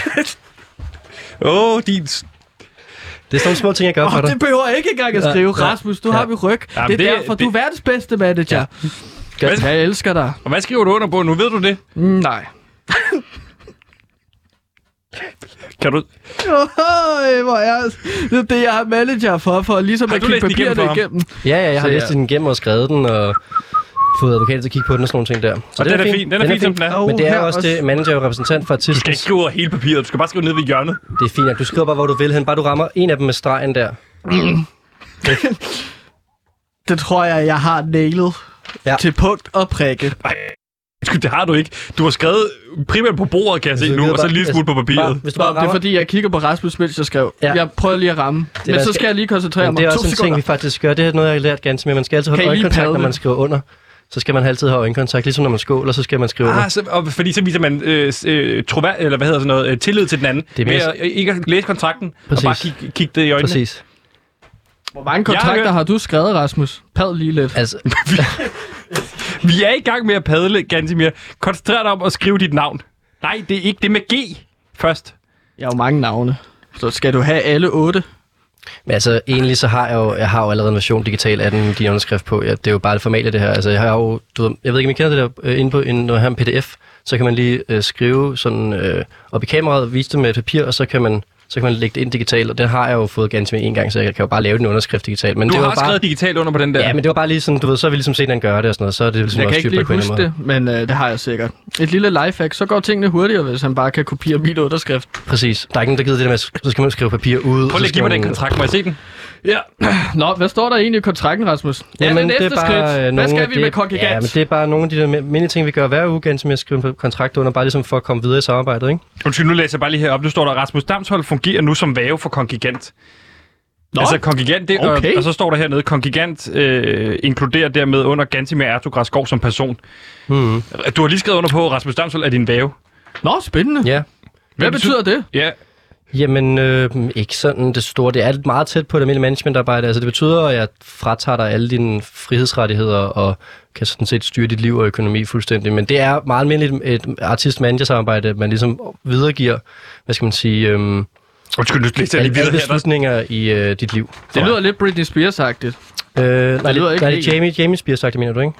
Åh, oh, din... Det er sådan små ting, jeg gør oh, for dig. Det behøver jeg ikke engang at skrive, ja. Rasmus. Du ja. har vi ryg. Jamen, det er det, derfor, det... du er verdens bedste manager. Ja. Hvad? Jeg elsker dig. Og hvad skriver du under på nu? Ved du det? Mm, nej. Kan du... Øj, hvor er det er det, jeg har manager for, for ligesom at kigge papirerne igennem. igennem. Ja, ja, jeg har så, læst ja. den igennem og skrevet den, og fået advokater til at kigge på den og sådan nogle ting der. Så og den er fin, fin. den er fin, som den er. Men det er også det, manager er repræsentant for artisten. Du skal ikke skrive over hele papiret, du skal bare skrive ned ved hjørnet. Det er fint, at du skriver bare, hvor du vil hen. Bare du rammer en af dem med stregen der. Mm. Det tror jeg, jeg har nailet ja. til punkt og prikke. Det har du ikke. Du har skrevet primært på bordet, kan jeg se nu, og så lige smule på papiret. Hvis du bare det er fordi, jeg kigger på Rasmus, mens jeg skrev. Ja. Jeg prøver lige at ramme. Det men så skal, skal jeg lige koncentrere mig. Det er også en ting, vi faktisk gør. Det er noget, jeg har lært ganske med. Man skal altid holde øjenkontakt, når man skriver under. Så skal man altid have øjenkontakt, ligesom når man skåler, så skal man skrive ah, så, og fordi så viser man øh, øh, trovær, eller hvad hedder sådan noget, øh, tillid til den anden. Det er mere... Ved at ikke at læse kontrakten, Præcis. og bare kigge kig det i øjnene. Præcis. Hvor mange kontrakter har, har du skrevet, Rasmus? Pad lige lidt. Altså... Vi er i gang med at padle, Gantimir. Koncentrer dig om at skrive dit navn. Nej, det er ikke det med G først. Jeg har jo mange navne. Så skal du have alle otte? Men altså, egentlig så har jeg jo, jeg har jo allerede en version digital af den med din underskrift på. Ja, det er jo bare det formale, det her. Altså, jeg har jo, du ved, jeg ved ikke, om I kender det der øh, inde på, en, når jeg har en P D F, så kan man lige øh, skrive sådan øh, op i kameraet, vise det med papir, og så kan man så kan man lægge det ind digitalt, og den har jeg jo fået ganske med en gang, så jeg kan jo bare lave den underskrift digitalt. Men du det har var bare... skrevet digitalt under på den der? Ja, men det var bare lige sådan, du ved, så har vi ligesom set, at han gør det og sådan noget, så er det ligesom jeg også kan ikke lige huske det, men øh, det har jeg sikkert. Et lille lifehack, så går tingene hurtigere, hvis han bare kan kopiere min underskrift. Præcis. Der er ikke nogen, der gider det der med, så skal man skrive papir ud. Prøv lige at give mig den kontrakt, må jeg se den? Ja. Nå, hvad står der egentlig i kontrakten, Rasmus? Ja, ja men det, det er bare hvad skal vi det, med Kongigant? Ja, men det er bare nogle af de der mine ting, vi gør hver uge, ganske med at skrive kontrakt under, bare ligesom for at komme videre i samarbejdet, ikke? Undskyld, nu læser jeg bare lige her op. Nu står der, Rasmus Damsholdt fungerer nu som værge for Kongigant. Nå, altså Kongigant, det, okay. og, og så står der hernede, Kongigant øh, inkluderer dermed under Gantimir Ertugrasgaard som person. Mm. Du har lige skrevet under på, Rasmus Damsholdt er din værge. Nå, spændende. Ja. Hvad, Hvad betyder det? Ja. Jamen, øh, ikke sådan det store. Det er meget tæt på det almindelige managementarbejde. Altså, det betyder, at jeg fratager dig alle dine frihedsrettigheder og kan sådan set styre dit liv og økonomi fuldstændig. Men det er meget almindeligt et artist-manager-samarbejde, man ligesom videregiver, hvad skal man sige... Øhm, Undskyld, nu læser jeg lige videre her. beslutninger i øh, dit liv. Det lyder lidt Britney Spears-agtigt. Øh, det nej, det, nej, det er Jamie, Jamie Spears-agtigt, mener du, ikke?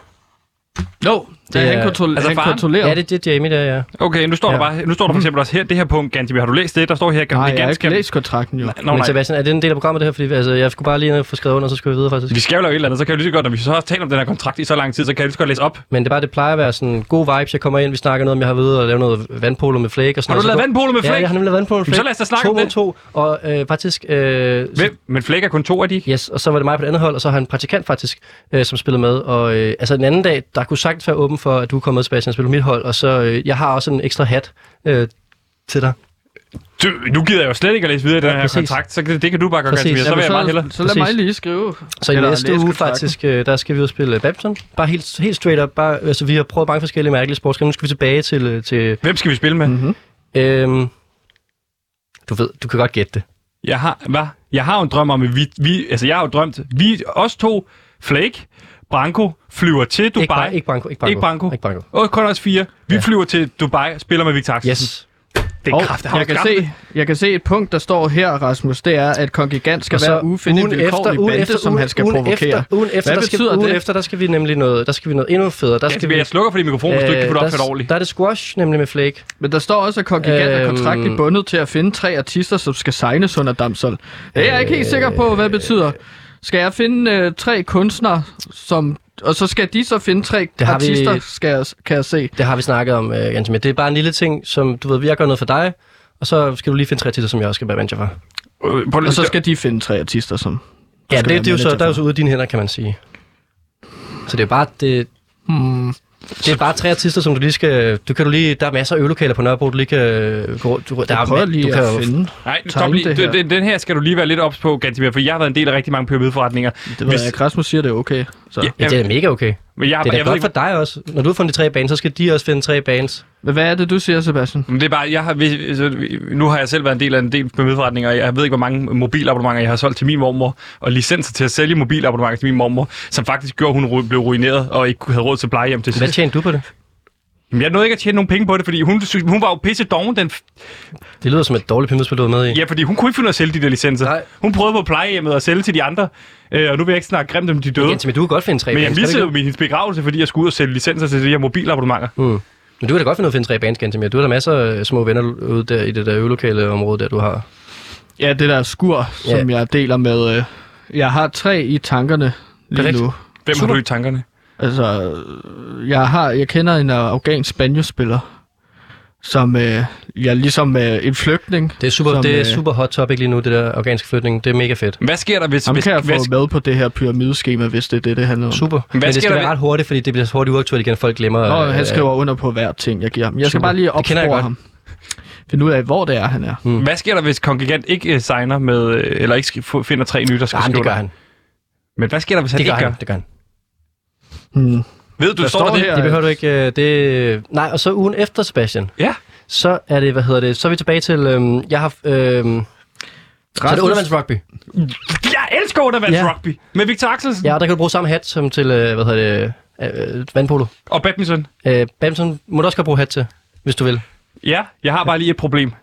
Jo, det er, han, kontrol- altså han kontrollerer. Ja, det, det er Jamie, der, ja. Okay, nu står ja. der bare, nu står der for eksempel også her, det her punkt, Gantimir, har du læst det? Der står her, nej, jeg har ikke læst kontrakten, jo. Nå, men Sebastian, er det en del af programmet, det her? Fordi altså, jeg skulle bare lige få skrevet under, så skulle vi videre, faktisk. Vi skal jo lave et eller andet, så kan vi lige så godt, når vi så har talt om den her kontrakt i så lang tid, så kan jeg lige så godt læse op. Men det er bare, det plejer at være sådan god vibes, jeg kommer ind, vi snakker noget om, jeg har ved at lave noget vandpolo med Flake og sådan noget. Har du lavet vandpolo med Flake? Ja, jeg har nemlig lavet vandpolo med Flake. Så lad os da snakke om det. To og øh, faktisk... Øh, Hvem? Men Flake er kun to af de? Yes, og så var det mig på det andet hold, og så har en praktikant faktisk, øh, som spillede med. Og øh, altså den anden dag, der kunne sagtens være åben for, at du kommer med, Sebastian, og spiller på mit hold, og så øh, jeg har også en ekstra hat øh, til dig. Du, nu gider jeg jo slet ikke at læse videre i den ja, her præcis. kontrakt, så det, det kan du bare gøre, Gantimir. Så vil jeg meget hellere. Så lad mig lige skrive. Så i næste uge faktisk, øh, der skal vi jo spille badminton. Bare helt, helt straight up. Bare, altså, vi har prøvet mange forskellige mærkelige sportsgrene. Nu skal vi tilbage til... til Hvem skal vi spille med? Mm-hmm. Øhm, du ved, du kan godt gætte det. Jeg har, hvad? Jeg har jo en drøm om, at vi... vi altså, jeg har jo drømt... Vi, os to, Flake, Branko, flyver til Dubai. Ikke, ikke Branko. Ikke Branko. Ikke Branko. Ikke Branko. Og kun os fire. Vi ja. flyver til Dubai og spiller med Victor Axelsen. Yes. Det er oh, kraft, jeg, kan se, jeg kan se et punkt, der står her, Rasmus, det er, at Kongigant skal være ufinde vilkårlig bande, efter, som han skal ugen provokere. Efter, ugen efter, Hvad betyder skal, det? Ugen efter, der skal vi nemlig noget, der skal vi noget endnu federe. Der ja, skal vi, jeg slukker for din mikrofon, hvis du ikke kan få det opført ordentligt. Der er det squash, nemlig med Flake. Men der står også, at Kongigant øhm, er kontraktligt bundet til at finde tre artister, som skal signes under Damsholdt. Det er jeg ikke helt sikker på, hvad det betyder. Skal jeg finde øh, tre kunstnere, som... Og så skal de så finde tre artister, vi, skal jeg, kan jeg se. Det har vi snakket om, øh, Gantimir. Det er bare en lille ting, som du ved, jeg gør noget for dig, og så skal du lige finde tre artister, som jeg også skal være manager for. Øh, og så skal de finde tre artister, som... Ja, det, det er jo så, der er jo så ude af dine hænder, kan man sige. Så det er bare... Det, hmm. Det er bare tre artister, som du lige skal... Du kan du lige... Der er masser af øvelokaler på Nørrebro, du lige kan gå... Du, der jeg prøver er, lige du kan at finde... Nej, stop lige. Den, den, den her skal du lige være lidt ops på, Gantimir, for jeg har været en del af rigtig mange pyramideforretninger. Det ved jeg, Rasmus siger, det er okay. Så. Ja, ja, det er mega okay. Men jeg, det er da godt ikke... for dig også. Når du har fundet de tre bands, så skal de også finde tre bands. Men hvad er det, du siger, Sebastian? Men det er bare... Jeg har, altså, nu har jeg selv været en del af en del pyramideforretninger, og jeg ved ikke, hvor mange mobilabonnementer jeg har solgt til min mormor, og licenser til at sælge mobilabonnementer til min mormor, som faktisk gjorde, hun blev ruineret og ikke havde råd til plejehjem til sidst. Hvad tjente du på det? Men jeg nåede ikke at tjene nogen penge på det, fordi hun, hun var jo pisse doven. Den f- det lyder som et dårligt pyramidespil, du var med i. Ja, fordi hun kunne ikke finde ud af at sælge de der licenser. Nej. Hun prøvede på plejehjemmet at sælge til de andre, øh, og nu vil jeg ikke snakke grimt om de døde. Men du kan godt finde tre bands. Men jeg missede jo min begravelse, fordi jeg skulle ud og sælge licenser til de her mobilabonnementer. Mm. Men du kan da godt finde ud af at finde tre bands, Gantimir. Du har da masser af små venner ude der i det der øvelokale område, der du har. Ja, det der skur, ja. Som jeg deler med... Øh, jeg har tre i tankerne lige Perfekt. Nu. Hvem Super. Har du i tankerne? Altså, jeg har, jeg kender en afghansk banjospiller. som øh, ja, ligesom øh, en flygtning. Det er super, som, det er øh, super hot topic lige nu, det der afghanske flygtning. Det er mega fedt. Hvad sker der, hvis... Ham hvis, kan jeg hvis, få med på det her pyramideskema, hvis det er det, det handler om. Super. Hvad Men det sker skal der være ret hurtigt, fordi det bliver hurtigt uaktuelt igen. Folk glemmer... Nå, øh, han skriver under på hver ting, jeg giver ham. Jeg skal super. bare lige Det kender jeg opspore godt. ham. Finde ud af, hvor det er, han er. Mm. Hvad sker der, hvis Kongigant ikke uh, signer med... Uh, eller ikke sk- f- finder tre nye, der skal Jamen, skrive det gør der? han. Men hvad sker der, hvis han Det gør ikke han. gør? Det gør han. Hmm. Ved du, Der står står der det? her- Det behøver du ikke... Øh, det... Nej, og så ugen efter, Sebastian. Ja. Så er det, hvad hedder det, så er vi tilbage til... Øhm, jeg har... Øhm, så er det undervandsrugby. Jeg elsker undervandsrugby ja. Med Victor Axelsen. Ja, og der kan du bruge samme hat som til, øh, hvad hedder det, øh, vandpolo. Og badminton. Øh, badminton må du også godt bruge hat til, hvis du vil. Ja, jeg har bare lige et problem.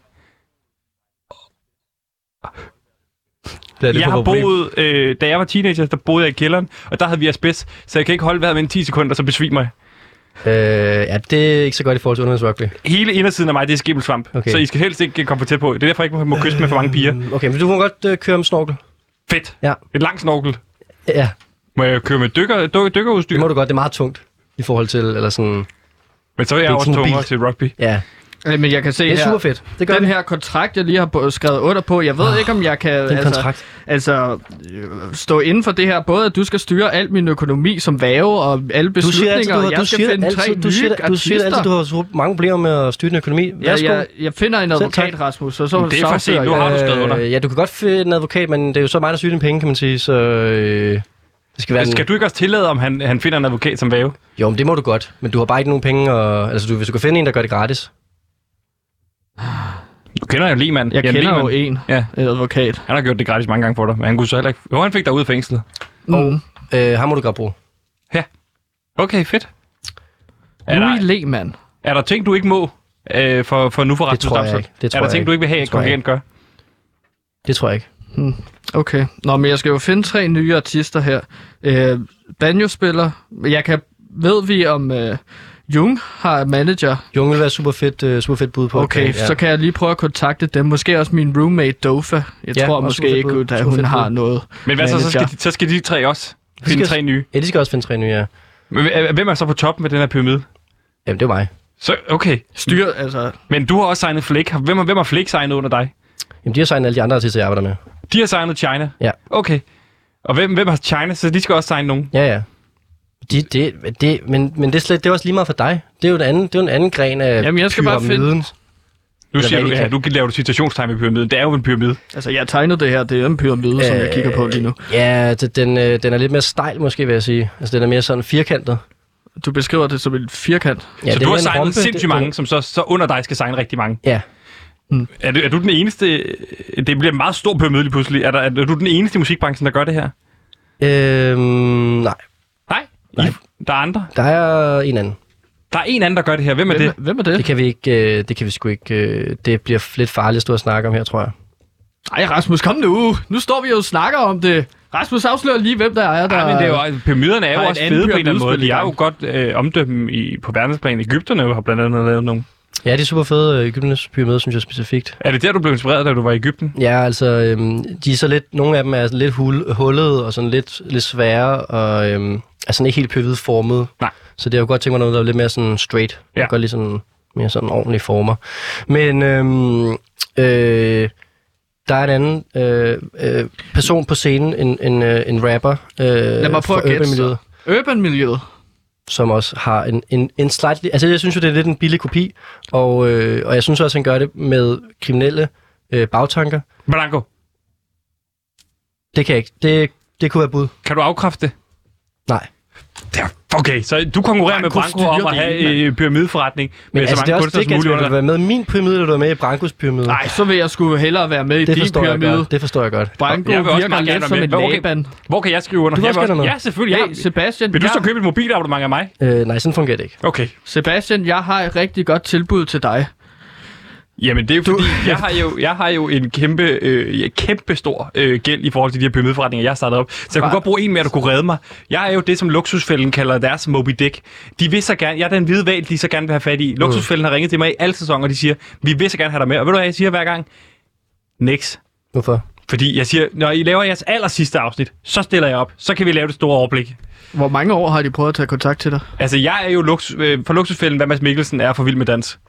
Det Jeg har boet, øh, da jeg var teenager, der boede jeg i kælderen, og der havde vi asbest, så jeg kan ikke holde vejret med en ti sekunder, så besvimer jeg. Øh, ja, det er ikke så godt i forhold til undervandsrugby. Hele indersiden af mig, det er skimmelsvamp, Okay. så I skal helst ikke komme for tæt på. Det er derfor, jeg ikke må kysse med for mange piger. Okay, men du må godt øh, køre med snorkel. Fedt. Ja. Et langt snorkel. Ja, Må jeg køre med dykker, dy- dykkerudstyr? det må du godt. Det er meget tungt i forhold til, eller sådan... Men så er jeg ikke også sådan tungere mobilt. til rugby. Ja, Øh, Men jeg kan se det er her, super fedt. Det gør den vi. her kontrakt, jeg lige har bo- skrevet under på, jeg ved oh, ikke, om jeg kan Den altså, kontrakt. altså, øh, stå inden for det her. Både at du skal styre alt min økonomi som værge, og alle Du siger beslutninger, altid, du, har, jeg du skal siger finde tre altid, du nye siger, du siger altid, du har så mange problemer med at styre din økonomi. Ja, Værsgo. jeg, jeg finder en Selv advokat, tak. Rasmus, og så Det er for sent. Nu har du skrevet under. Øh, ja, du kan godt finde en advokat, men det er jo så mig, der styrer dine penge, kan man sige, så... Øh, det skal være Skal en... du ikke også tillade, om han, han finder en advokat som væve? Jo, men det må du godt, men du har bare ikke nogen penge, og... Altså, du, hvis du kan finde en, der gør det gratis. Du kender jo Lehmann. Jeg Jan kender Lehmann. jo en Ja. en advokat. Han har gjort det gratis mange gange for dig, men han kunne så heller ikke... Jo, han fik dig ud af fængslet. Mm. Øh, ham må du godt bruge. Okay, fedt. Er Louis der, Lehmann. er der ting, du ikke må øh, for, for nu for Det Rasmus tror jeg Damsgaard? ikke. Det tror Er der jeg ting, ikke. du ikke vil have, Det at tror jeg Kongigant gør? Det tror jeg ikke. Hmm. Okay. Nå, men jeg skal jo finde tre nye artister her. Øh, banjo-spiller. Jeg kan... Ved vi om... Øh, Jung har manager. Jung vil være super fedt, uh, super fedt bud på. Okay, ja. så kan jeg lige prøve at kontakte dem. Måske også min roommate Dofa. Jeg Ja, tror også måske super ikke, fedt bud. at Super hun fedt har bud. noget. Men hvad så, så skal, manager. de, så skal de tre også finde skal- tre nye. Ja, de skal også finde tre nye, ja. Men hvem er så på toppen med den her pyramide? Jamen, det er mig. Så, okay. Styr, altså... Men du har også signet Flake. Hvem, har- hvem har Flake signet under dig? Jamen, de har signet alle de andre artister, jeg arbejder med. De har signet China? Ja. Okay. Og hvem, hvem har China? Så de skal også signe nogen? Ja, ja. De, det, det, men, men det, er slet, det er også lige meget for dig. Det er jo en anden, det er jo en anden gren af Jamen, jeg skal bare pyramiden. finde- Nu siger hvad du, de ja, kan. du laver du citationstegn med pyramiden. Det er jo en pyramide. Altså, jeg tegnede det her. Det er en pyramide, som jeg kigger på lige nu. Ja, det, den, øh, den er lidt mere stejl, måske, vil jeg sige. Altså, den er mere sådan firkantet. Du beskriver det som en firkant. Ja, Så det du er har en signet rombe, sindssygt det- mange, som så, så under dig skal signe rigtig mange. Ja. Er du, er du den eneste... Det bliver en meget stor pyramide lige pludselig. Er, der, er du den eneste i musikbranchen, der gør det her? Øhm, nej. Nej? Nej. I, der er andre? Der er en anden. Der er en anden, der gør det her. Hvem er det? Hvem er det? Det kan vi ikke, øh, det kan vi sgu ikke, øh, det bliver lidt farligt at stå og snakke om her, tror jeg. Ej, Rasmus, kom nu. Nu står vi jo og snakker om det. Rasmus afslører lige, hvem der er, der... Nej, men det er jo, pyramiderne er der jo er også en anden fede på en eller anden måde. De er jo pyramidespil godt øh, omdømme i, på verdensplan. Ægypterne har blandt andet lavet nogle. Ja, det er super fede, Egypternes pyramide, synes jeg specifikt. Er det der, du blev inspireret, da du var i Egypten? Ja, altså, øhm, de er så lidt, nogle af dem er sådan lidt hul, hullede og sådan lidt, lidt svære, og øhm, er sådan ikke helt pyramidformet. Nej. Så det er jo godt tænkt mig noget, der er lidt mere sådan straight. Ja. Ja. Godt lige sådan, mere sådan ordentlige former. Men øhm, øh, der er en anden øh, øh, person på scenen, en, en, øh, en rapper øh, Lad mig prøve fra at gætte urban-miljøet, Urban-miljøet. som også har en, en, en slightly... Altså, jeg synes jo, det er lidt en billig kopi, og, øh, og jeg synes også, han gør det med kriminelle øh, bagtanker. Blanco, Det kan jeg ikke. Det, det kunne være bud. kan du afkræfte det? Nej. Okay, så du konkurrerer med Branco Branco om styrer at have det hele, øh, pyramideforretning Men med altså, så det er mange også kunstnere det, som at muligt du under vil dig. være med i min pyramide, eller du er med i Brancos pyramide. Nej, så vil jeg sgu hellere være med i det din forstår jeg pyramide. godt. Det forstår jeg godt. Branco Jeg vil også virker meget lidt gerne som være en med. Okay. Laban. Hvor kan jeg skrive under? Du vil Jeg også vil gerne noget. Ja, selvfølgelig. Hey, Jeg, Sebastian, vil du så jeg, købe et mobilabonnement af mig? Øh, nej, sådan fungerer det ikke. Okay. Sebastian, jeg har et rigtig godt tilbud til dig. Jamen det er jo fordi, jeg har jo, jeg har jo en kæmpe, øh, kæmpe stor øh, gæld i forhold til de her pyramideforretninger, jeg har startet op. Så jeg kunne godt bruge en mere, der kunne redde mig. Jeg er jo det, som Luksusfælden kalder deres Moby Dick. De vil så gerne, jeg er den hvide hval, de så gerne vil have fat i. Luksusfælden har ringet til mig i alle sæsoner, og de siger, vi vil så gerne have dig med. Og ved du hvad, jeg siger hver gang? Nix. Hvorfor? Fordi jeg siger, når I laver jeres aller sidste afsnit, så stiller jeg op. Så kan vi lave det store overblik. Hvor mange år har de prøvet at tage kontakt til dig? Altså, jeg er jo luksus, øh, for Luksusfælden, hvad Mads Mikkelsen er for Vild med Dans.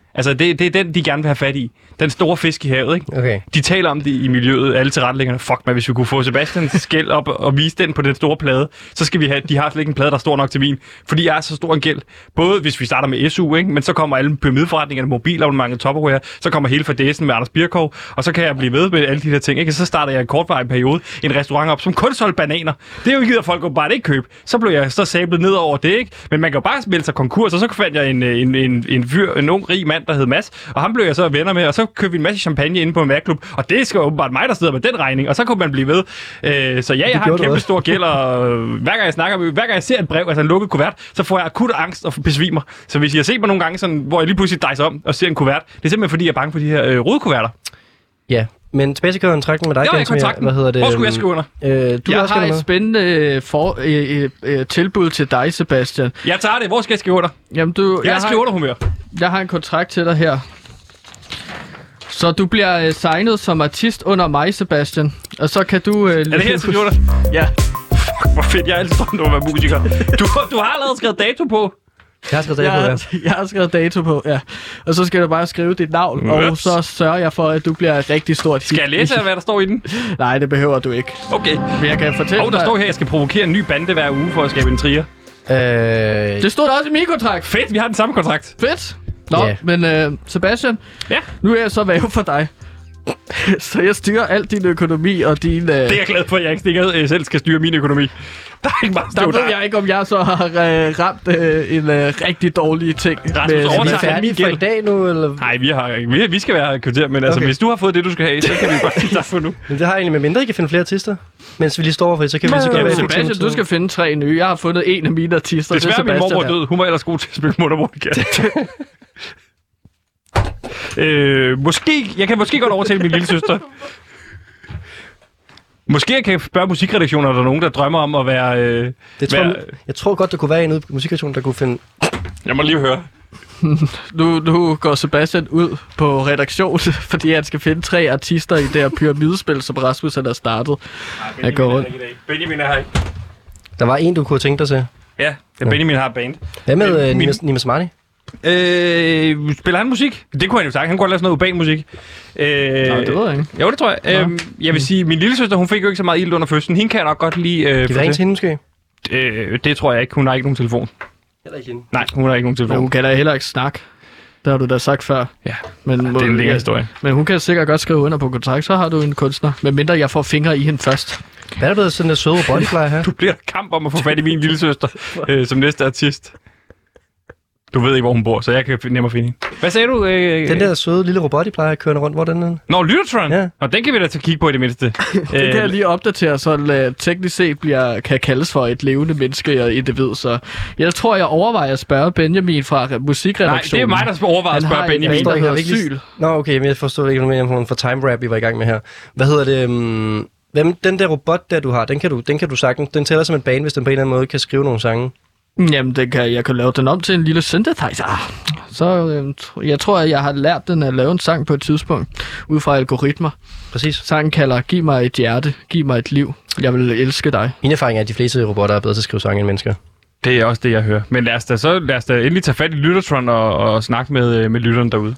Altså, det, det er den, de gerne vil have fat i. Den store fisk i havet, ikke? Okay. De taler om det i miljøet, alle tilrettelæggerne. Fuck, man, hvis vi kunne få Sebastians skæld op og vise den på den store plade, så skal vi have, de har slet ikke en plade, der er stor nok til min. Fordi jeg er så stor en gæld. Både hvis vi starter med S U, ikke? Men så kommer alle pyramidforretningerne, mobilabonnementet, Tupperware, så kommer hele fadæsen med Anders Birkov, og så kan jeg blive ved med alle de der ting, ikke? Så starter jeg en kortvarig periode en restaurant op, som kun solgte bananer. Det er jo ikke gider folk jo bare ikke købe. Så blev jeg så sablet ned over det, ikke? Men man kan jo bare melde sig konkurs, og så fandt jeg en, en, en, en, fyr, en ung, rig mand, der hed Mads, og ham blev jeg så venner med, og så købte vi en masse champagne inde på en madklub, og det skal jo åbenbart mig, der sidder med den regning, og så kunne man blive ved. Øh, så ja, jeg har en kæmpe stor gæld, og hver gang jeg snakker med, hver gang jeg ser et brev, altså en lukket kuvert, så får jeg akut angst og besvimer. Så hvis I har set mig nogle gange, sådan, hvor jeg lige pludselig dejser om og ser en kuvert, det er simpelthen fordi, jeg er bange for de her øh, røde kuverter. Ja, men tilbage til kontrakten med dig, Jens. Hvad hedder det? Hvor skulle jeg skrive under? Øh, du jeg har et spændende for, øh, øh, tilbud til dig, Sebastian. Jeg tager det. Hvor skal jeg skrive under? Jamen, du, jeg, jeg skriver under humør. Jeg har en kontrakt til dig her. Så du bliver øh, signet som artist under mig, Sebastian. Og så kan du... Øh, er det her, jeg skriver under? Ja. Fuck, hvor fedt. Jeg er altid drømt om at være musiker. Du, du har allerede skrevet dato på. Jeg har skrevet dato jeg, på, ja. Jeg har skrevet dato på, ja. Og så skal du bare skrive dit navn, Ups. og så sørger jeg for, at du bliver et rigtig stort hit. Skal jeg læse, hvad der står i den? Nej, det behøver du ikke. Okay. Men jeg kan fortælle Og der står her, at jeg skal provokere en ny bande hver uge for at skabe en trier. Øh... Det stod der også i min kontrakt. Fedt, vi har den samme kontrakt. Fedt. Nå, yeah. men uh, Sebastian, ja. Nu er jeg så værve for dig. Så jeg styrer alt din økonomi og din... Uh... Det er jeg glad for, at jeg ikke stikker, selv skal styre min økonomi. Der er ikke meget Der ved der. jeg ikke, om jeg så har uh, ramt uh, en uh, rigtig dårlig ting. Rasmus, er vi færdige for i dag nu? Eller? Nej, vi, har, vi, vi skal være her i kvarter, men okay. altså, hvis du har fået det, du skal have, så kan vi bare sige tak for nu. Men det har jeg egentlig med mindre, I kan finde flere artister. Mens vi lige står overfor det, så kan vi så gøre Sebastian, du skal finde tre nye. Jeg har fundet en af mine artister. Desværre det er min mormor død. Hun var ellers god til at spille Muttermorgen. øh, måske, jeg kan måske godt overtale min lille søster. Måske jeg kan spørge musikredaktioner, der er nogen, der drømmer om at være... Øh, det tror, være... Jeg, jeg tror godt, der kunne være en ude på musikredaktionen, der kunne finde... Jeg må lige høre. nu, nu går Sebastian ud på redaktion, fordi han skal finde tre artister i det her pyramidespil, som Rasmus har startet. Nej, Benjamin, er Benjamin er her ikke. Der var en, du kunne tænke dig til. Ja, Benjamin har band. Hvad med øh, Min... Nimas Marty? Øh, spiller han musik? Det kunne han jo sagt. Han kunne lave sådan noget urban musik. Øh, Nej, det ved jeg ikke. Jo, det tror jeg. Øh, jeg vil sige, min lille søster, hun fik jo ikke så meget ild under fødslen. Hende kan jeg nok godt lide... Øh, kan vi ringe til hende måske? Øh, det tror jeg ikke. Hun har ikke nogen telefon. Heller ikke hende? Nej, hun har ikke nogen telefon. Men hun kan da heller ikke snakke. Det har du da sagt før. Ja, men, ja det er en længere historie. Men hun kan sikkert godt skrive under på kontrakt, så har du en kunstner. Men mindre jeg får fingre i hende først. Hvad er der blevet sådan en søde bodyfly her? Du bliver kamp om at få fat i min lille søster øh, som næste artist. Du ved ikke, hvor hun bor, så jeg kan nemmere finde hende. Hvad sagde du? Øh, den der søde lille robot, I plejer at køre rundt, hvor den er? Nå, Lyttertron? Ja. Nå, den kan vi da tage kigge på i det mindste. det kan jeg lige opdatere, så uh, teknisk set bliver, kan kaldes for et levende menneske og individ. Så jeg tror, jeg overvejer at spørge Benjamin fra musikredaktionen. Nej, det er mig, der overvejer at spørge Benjamin. Han har asyl. Nå, okay, men jeg forstår ikke noget mere om for time rap, vi var i gang med her. Hvad hedder det? Um, hvem, den der robot, der du har, den kan du, den kan du sagtens, den tæller som en bane, hvis den på en eller anden måde kan skrive nogle sange. Jamen, det kan, jeg kan lave den om til en lille synthesizer. Så øh, jeg tror, at jeg har lært den at lave en sang på et tidspunkt, ud fra algoritmer. Præcis. Sangen kalder, giv mig et hjerte, giv mig et liv, jeg vil elske dig. Min erfaring er, at de fleste robotter er bedre til at skrive sange end mennesker. Det er også det, jeg hører. Men lad os da, så, lad os da endelig tage fat i Lyttertron og, og snakke med, med lytteren derude.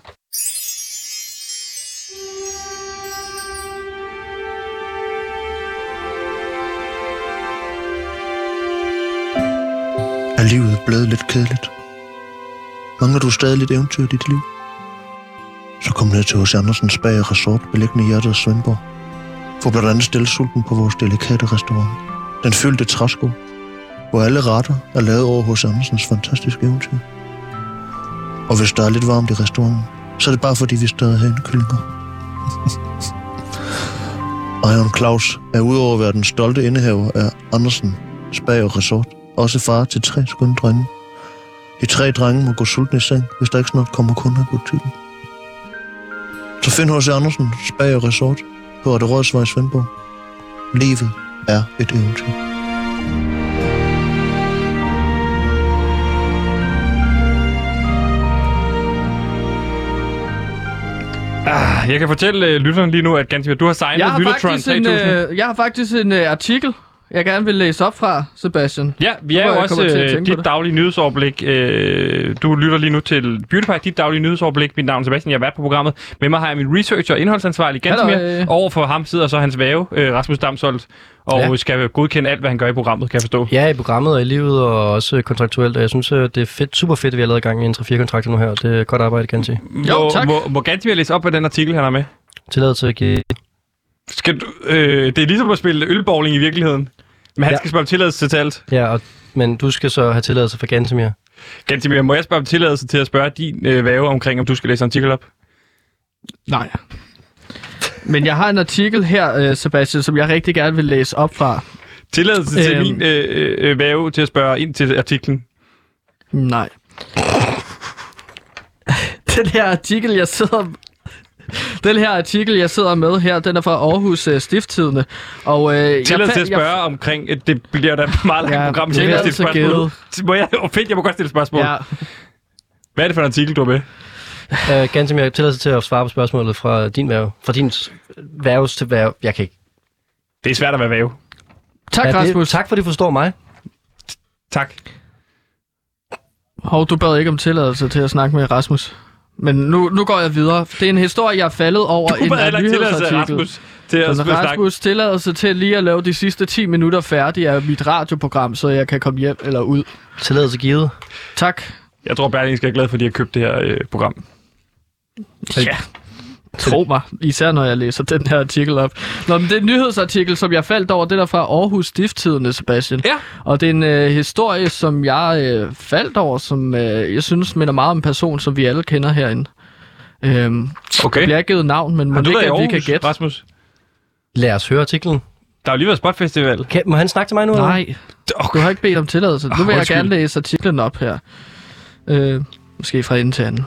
Er livet blevet lidt kedeligt? Mangler du stadig lidt eventyr i dit liv? Så kom ned til H C Andersens Spag Resort, beliggende i hjertet af Svendborg. Få blandt andet stillesulten på vores delikate restaurant. Den fyldte træsko, hvor alle retter er lavet over H C Andersens fantastiske eventyr. Og hvis der er lidt varmt i restauranten, så er det bare fordi, vi stadig har hanekyllinger. Iron Claus er udover at være den stolte indehaver af Andersen Spag Resort, også far til tre skønne drenge. De tre drenge må gå sultne i seng, hvis der ikke snart kommer kunder i butikken. Så find H C Andersen Spag Resort på Rådsvej i Svendborg. Livet er et eventyr. Ah, jeg kan fortælle uh, lytteren lige nu, at ganske, du har signet Lyttertron tre tusind. Uh, jeg har faktisk en uh, artikel jeg gerne vil læse op fra, Sebastian. Ja, vi er jo også øh, dit daglige nyhedsoverblik. Øh, du lytter lige nu til Beautify, dit daglige nyhedsoverblik. Mit navn er Sebastian, jeg har været på programmet. Med mig har jeg min researcher og indholdsansvarlig Gantemir. Overfor ham sidder så hans værge, øh, Rasmus Damsholt, og ja. skal godkende alt, hvad han gør i programmet, kan jeg forstå. Ja, i programmet og i livet, og også kontraktuelt. Jeg synes, det er fedt, super fedt, at vi har lavet i gang i en tre fire kontrakter nu her. Det er godt arbejde, kan jeg sige. Jo, tak. Må, må Gantemir læse op på den artikel, han har med? Tilladelse at give... Skal du, øh, det er ligesom at spille ølbowling i virkeligheden. Men han ja. skal spørge om tilladelse til alt. Ja, og, men du skal så have tilladelse for Gantemir. Gantemir, må jeg spørge om tilladelse til at spørge din øh, værge omkring, om du skal læse en artikel op? Nej. Men jeg har en artikel her, øh, Sebastian, som jeg rigtig gerne vil læse op fra. Tilladelse til æm... min øh, øh, værge til at spørge ind til artiklen? Nej. Den her artikel, jeg sidder... Den her artikel, jeg sidder med her, den er fra Aarhus uh, Stiftstidende. Og, øh, Tillad til at spørge jeg... omkring, det bliver da meget langt ja, program, så jeg kan stille spørgsmål. Må jeg, oh, fedt, jeg må godt stille spørgsmål. Ja. Hvad er det for en artikel, du har med? Uh, Gantemir, tilladelse til at svare på spørgsmålet fra din værge. Fra din værves til værge. Jeg kan ikke. Det er svært at være værge. Tak, ja, Rasmus. Det, tak, fordi du forstår mig. Tak. Hov, du bad ikke om tilladelse til at snakke med Rasmus. Men nu, nu går jeg videre. Det er en historie, jeg er faldet over du en af nyhedsartikel. Rasmus til at så Rasmus tilladelse til lige at lave de sidste ti minutter færdige af mit radioprogram, så jeg kan komme hjem eller ud. Tilladelse givet. Tak. Jeg tror, Berling skal være glad for, at de har købt det her øh, program. Ja. Tro mig, især når jeg læser den her artikel op. Nå, men det er en nyhedsartikel, som jeg faldt over, det der fra Aarhus Stiftstidende, Sebastian. Ja. Og det er en øh, historie, som jeg øh, faldt over, som øh, jeg synes minder meget om en person, som vi alle kender herinde. Øhm, okay. Jeg bliver ikke givet navn, men har du ikke, været i vi kan gætte. Rasmus? Lad os høre artiklen. Der har jo lige været Spotfestival. Kan, må han snakke til mig nu? Nej, eller? du har ikke bedt om tilladelse. Nu vil oh, jeg gerne læse artiklen op her. Øh, måske fra ende til anden.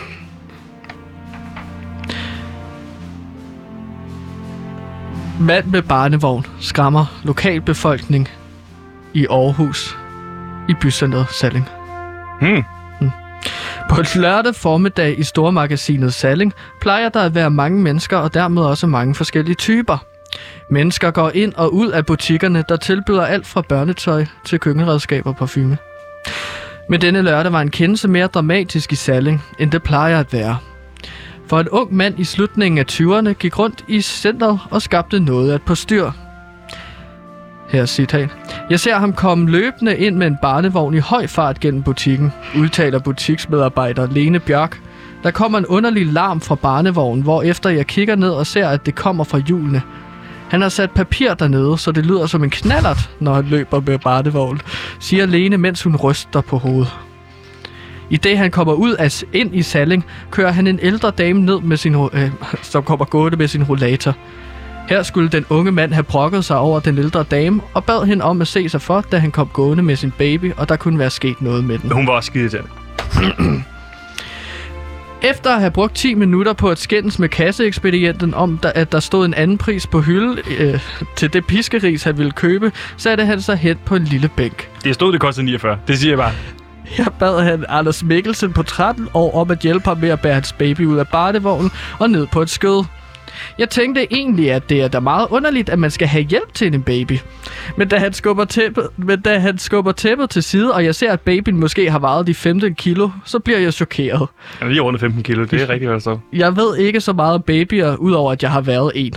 Mand med barnevogn skræmmer lokalbefolkning i Aarhus i bycentret Salling. Hmm. Hmm. På et lørdag formiddag i stormagasinet Salling plejer der at være mange mennesker og dermed også mange forskellige typer. Mennesker går ind og ud af butikkerne, der tilbyder alt fra børnetøj til køkkenredskaber og parfume. Men denne lørdag var en kendelse mere dramatisk i Salling, end det plejer at være. For en ung mand i slutningen af tyverne gik rundt i centret og skabte noget at på styr. Her er citat. Jeg ser ham komme løbende ind med en barnevogn i høj fart gennem butikken, udtaler butiksmedarbejder Lene Bjørk. Der kommer en underlig larm fra barnevognen, hvorefter jeg kigger ned og ser, at det kommer fra hjulene. Han har sat papir dernede, så det lyder som en knallert, når han løber med barnevognen, siger Lene, mens hun ryster på hovedet. I det han kommer ud af ind i Salling, kører han en ældre dame ned, med sin, øh, som kommer gående med sin rollator. Her skulle den unge mand have brokket sig over den ældre dame, og bad hende om at se sig for, da han kom gående med sin baby, og der kunne være sket noget med den. Hun var også skide til. Efter at have brugt ti minutter på at skændes med kasseekspedienten om, at der stod en anden pris på hylde øh, til det piskeris, han ville købe, satte han sig hen på en lille bænk. Det stod, det kostede niogfyrre. Det siger jeg bare. Her bad han Anders Mikkelsen på tretten år om at hjælpe ham med at bære hans baby ud af barnevognen og ned på et skød. Jeg tænkte egentlig, at det er da meget underligt, at man skal have hjælp til en baby. Men da han skubber tæppet, men da han skubber tæppet til side, og jeg ser, at babyen måske har vejet de femten kilo, så bliver jeg chokeret. Ja, lige rundt femten kilo, det er rigtigt, hvad der står. Jeg ved ikke så meget om babyer, udover at jeg har været en.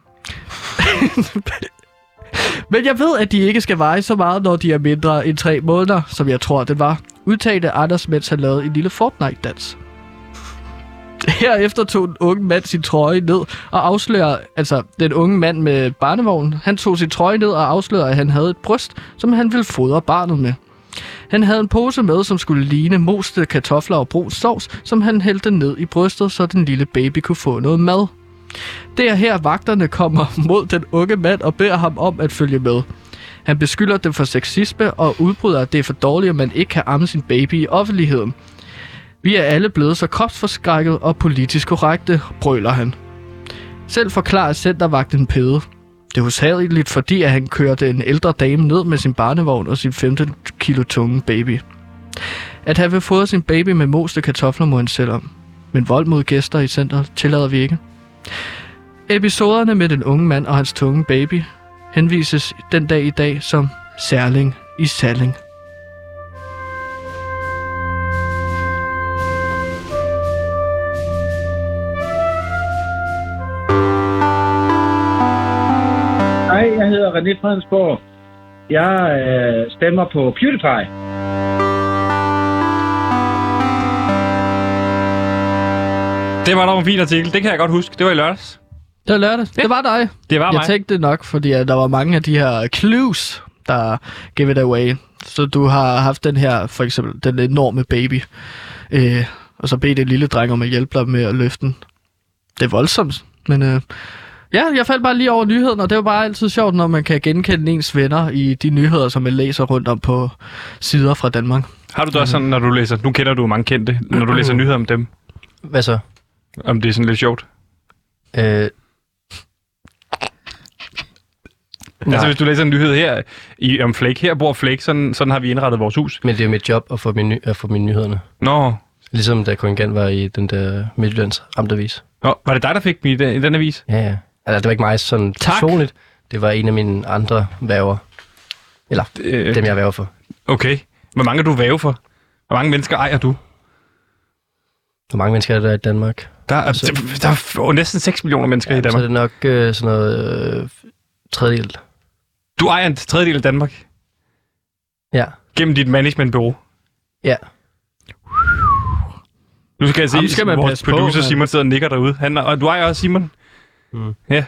Men jeg ved, at de ikke skal veje så meget, når de er mindre end tre måneder, som jeg tror, det var, udtalte Anders, mens han lavede en lille Fortnite-dans. Herefter tog den unge mand sin trøje ned og afslører, altså den unge mand med barnevognen, han tog sin trøje ned og afslørede, at han havde et bryst, som han ville fodre barnet med. Han havde en pose med, som skulle ligne moste kartofler og brun sovs, som han hældte ned i brystet, så den lille baby kunne få noget mad. Det er her vagterne kommer mod den unge mand og beder ham om at følge med. Han beskylder dem for sexisme og udbryder, at det er for dårligt, at man ikke kan amme sin baby i offentligheden. Vi er alle blevet så kropsforskrækket og politisk korrekte, brøler han. Selv forklarer centervagten Pede. Det er usædeligt, fordi at han kørte en ældre dame ned med sin barnevogn og sin femten kilo tunge baby. At han vil fodre sin baby med moste kartofler må han selv om. Men vold mod gæster i centret tillader vi ikke. Episoderne med den unge mand og hans tunge baby. henvises den dag i dag som Særling i Salling. Hej, jeg hedder René Fredensborg. Jeg øh, stemmer på PewDiePie. Det var dog en fin artikel. Det kan jeg godt huske. Det var i lørdags. Det var lørdags. Ja. Det var dig. Det var mig. Jeg tænkte det nok, fordi der var mange af de her clues, der give it away. Så du har haft den her, for eksempel, den enorme baby. Øh, og så bed det lille dreng om at hjælpe dig med at løfte den. Det er voldsomt, men... Øh, Ja, jeg faldt bare lige over nyheden, og det er jo bare altid sjovt, når man kan genkende ens venner i de nyheder, som man læser rundt om på sider fra Danmark. Har du da også sådan, når du læser... Nu kender du mange kendte, når du læser nyheder om dem. Hvad så? Om det er sådan lidt sjovt. Øh... Altså, hvis du læser en nyhed her i, om Flake, her bor Flake, sådan, sådan har vi indrettet vores hus. Men det er jo mit job at få mine, at få mine nyhederne. Nå. Ligesom da Kongen var i den der Midtjyllands Amtavis. Nå, var det dig, der fik dem i den, i den avis? Ja, ja. Altså, det var ikke mig sådan tak. Personligt. Det var en af mine andre værger. Eller øh, dem, jeg værger for. Okay. Hvor mange er du værge for? Hvor mange mennesker ejer du? Hvor mange mennesker er der i Danmark? Der er, altså, der er næsten seks millioner mennesker ja, i Danmark. Så er det nok øh, sådan noget øh, tredjedel. Du ejer en tredjedel af Danmark? Ja. Gennem dit managementbureau? Ja. Nu skal jeg se, skal man vores producer på, Simon sidder og nikker derude. Han, og du ejer også Simon? Mm. Ja.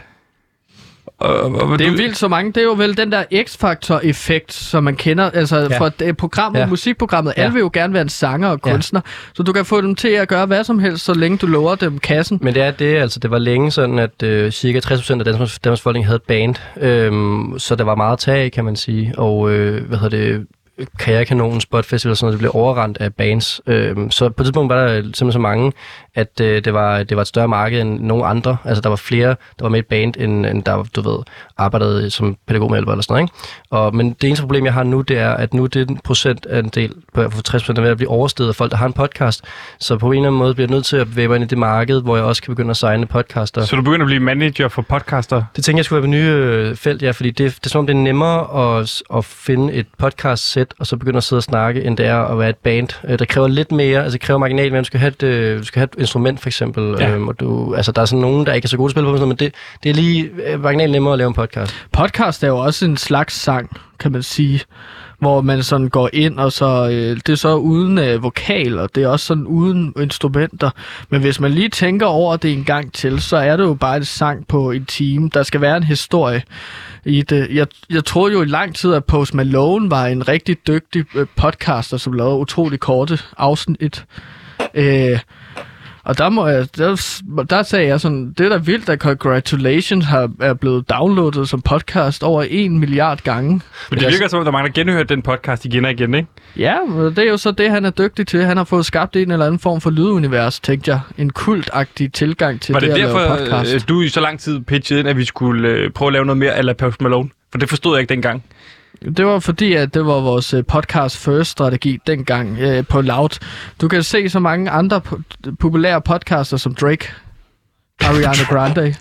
Og, og, det er du... vildt så mange. Det er jo vel den der X-Factor-effekt, som man kender altså ja. Fra det programmet, ja. Musikprogrammet. Ja. Alle vil jo gerne være en sanger og kunstner, ja. Så du kan få dem til at gøre hvad som helst, så længe du lover dem kassen. Men det er det, altså det var længe sådan, at øh, cirka tres procent af Danmarks, Danmarks befolkning havde et band, øhm, så der var meget at tage af, kan man sige. Og øh, hvad hedder det... Karrierekanonen, Spot Festival og sådan noget, det blev overrendt af bands. Øhm, så på et tidspunkt var der simpelthen så mange, at øh, det, var, det var et større marked end nogen andre. Altså der var flere, der var med et band, end, end der, du ved, arbejdede som pædagogmedhjælper eller sådan noget, ikke? Og, men det eneste problem, jeg har nu, det er, at nu det er en procent af en del, på tres procent af ved at blive oversteget af folk, der har en podcast. Så på en eller anden måde bliver jeg nødt til at bevæge mig ind i det marked, hvor jeg også kan begynde at signe podcaster. Så du begynder at blive manager for podcaster? Det tænker jeg skulle være nye øh, felt, ja, fordi det, det er som om det er nemmere at, at finde et podcast-sæt, og så begynde at sidde og snakke, end det er at være et band. Der kræver lidt mere, altså det kræver marginalt, men du skal have et, øh, du skal have et instrument for eksempel, ja. øhm, og du, altså der er sådan nogen, der ikke er så gode til at spille på, men det, det er lige øh, marginalt nemmere at lave en podcast. Podcast er jo også en slags sang, kan man sige, hvor man sådan går ind, og så øh, det er så uden øh, vokaler, det er også sådan uden instrumenter. Men hvis man lige tænker over det en gang til, så er det jo bare et sang på en time. Der skal være en historie i det. Jeg, jeg troede jo i lang tid, at Post Malone var en rigtig dygtig øh, podcaster, som lavede utrolig korte afsnit. Øh, Og der, må jeg, der, der sagde jeg sådan, det er da vildt, at Congratulations har, er blevet downloadet som podcast over en milliard gange. Men det virker som om, der er mange, der genhører den podcast igen og igen, ikke? Ja, det er jo så det, han er dygtig til. Han har fået skabt en eller anden form for lydunivers, tænkte jeg. En kultagtig tilgang til det, det, det at lave podcast. Var det derfor, du i så lang tid pitchede ind, at vi skulle øh, prøve at lave noget mere a la Post Malone? For det forstod jeg ikke dengang. Det var fordi, at det var vores podcast first-strategi dengang øh, på Loud. Du kan se så mange andre po- populære podcaster som Drake, Ariana Grande.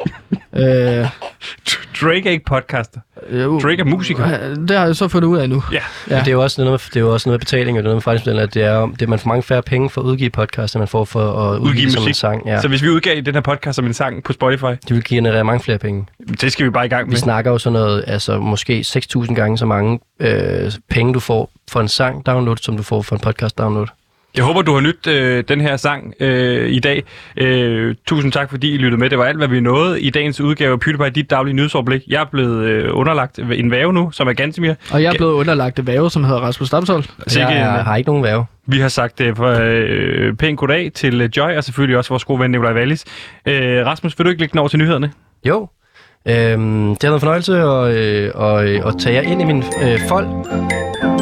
øh, Drake er ikke podcaster. Jo, Drake er musiker. Det har jeg så fundet ud af nu. Ja. Ja. Det er jo også noget med, det er jo også noget med betaling, og det er noget med forretningsmodellen, at det er, det er, man får mange færre penge for at udgive podcast, end man får for at udgive, udgive som en sang. Ja. Så hvis vi udgav den her podcast som en sang på Spotify? Det vil generere mange flere penge. Det skal vi bare i gang med. Vi snakker jo sådan noget, altså måske seks tusind gange så mange øh, penge, du får for en sang download, som du får for en podcast download. Jeg håber, du har nydt øh, den her sang øh, i dag. Øh, tusind tak, fordi I lyttede med. Det var alt, hvad vi nåede i dagens udgave af PewDiePie, dit daglige nyhedsoverblik. Jeg er blevet øh, underlagt en værge nu, som er Gantemir. Og jeg er blevet underlagt en værge, som hedder Rasmus Damsholm. Jeg, jeg har ikke nogen værge. Vi har sagt øh, for, øh, pænt goddag til øh, Joy, og selvfølgelig også vores gode ven Nikolaj Wallis. Øh, Rasmus, vil du ikke lægge den over til nyhederne? Jo. Øhm, det har været en fornøjelse at, øh, at, at tage jer ind i min øh, fold.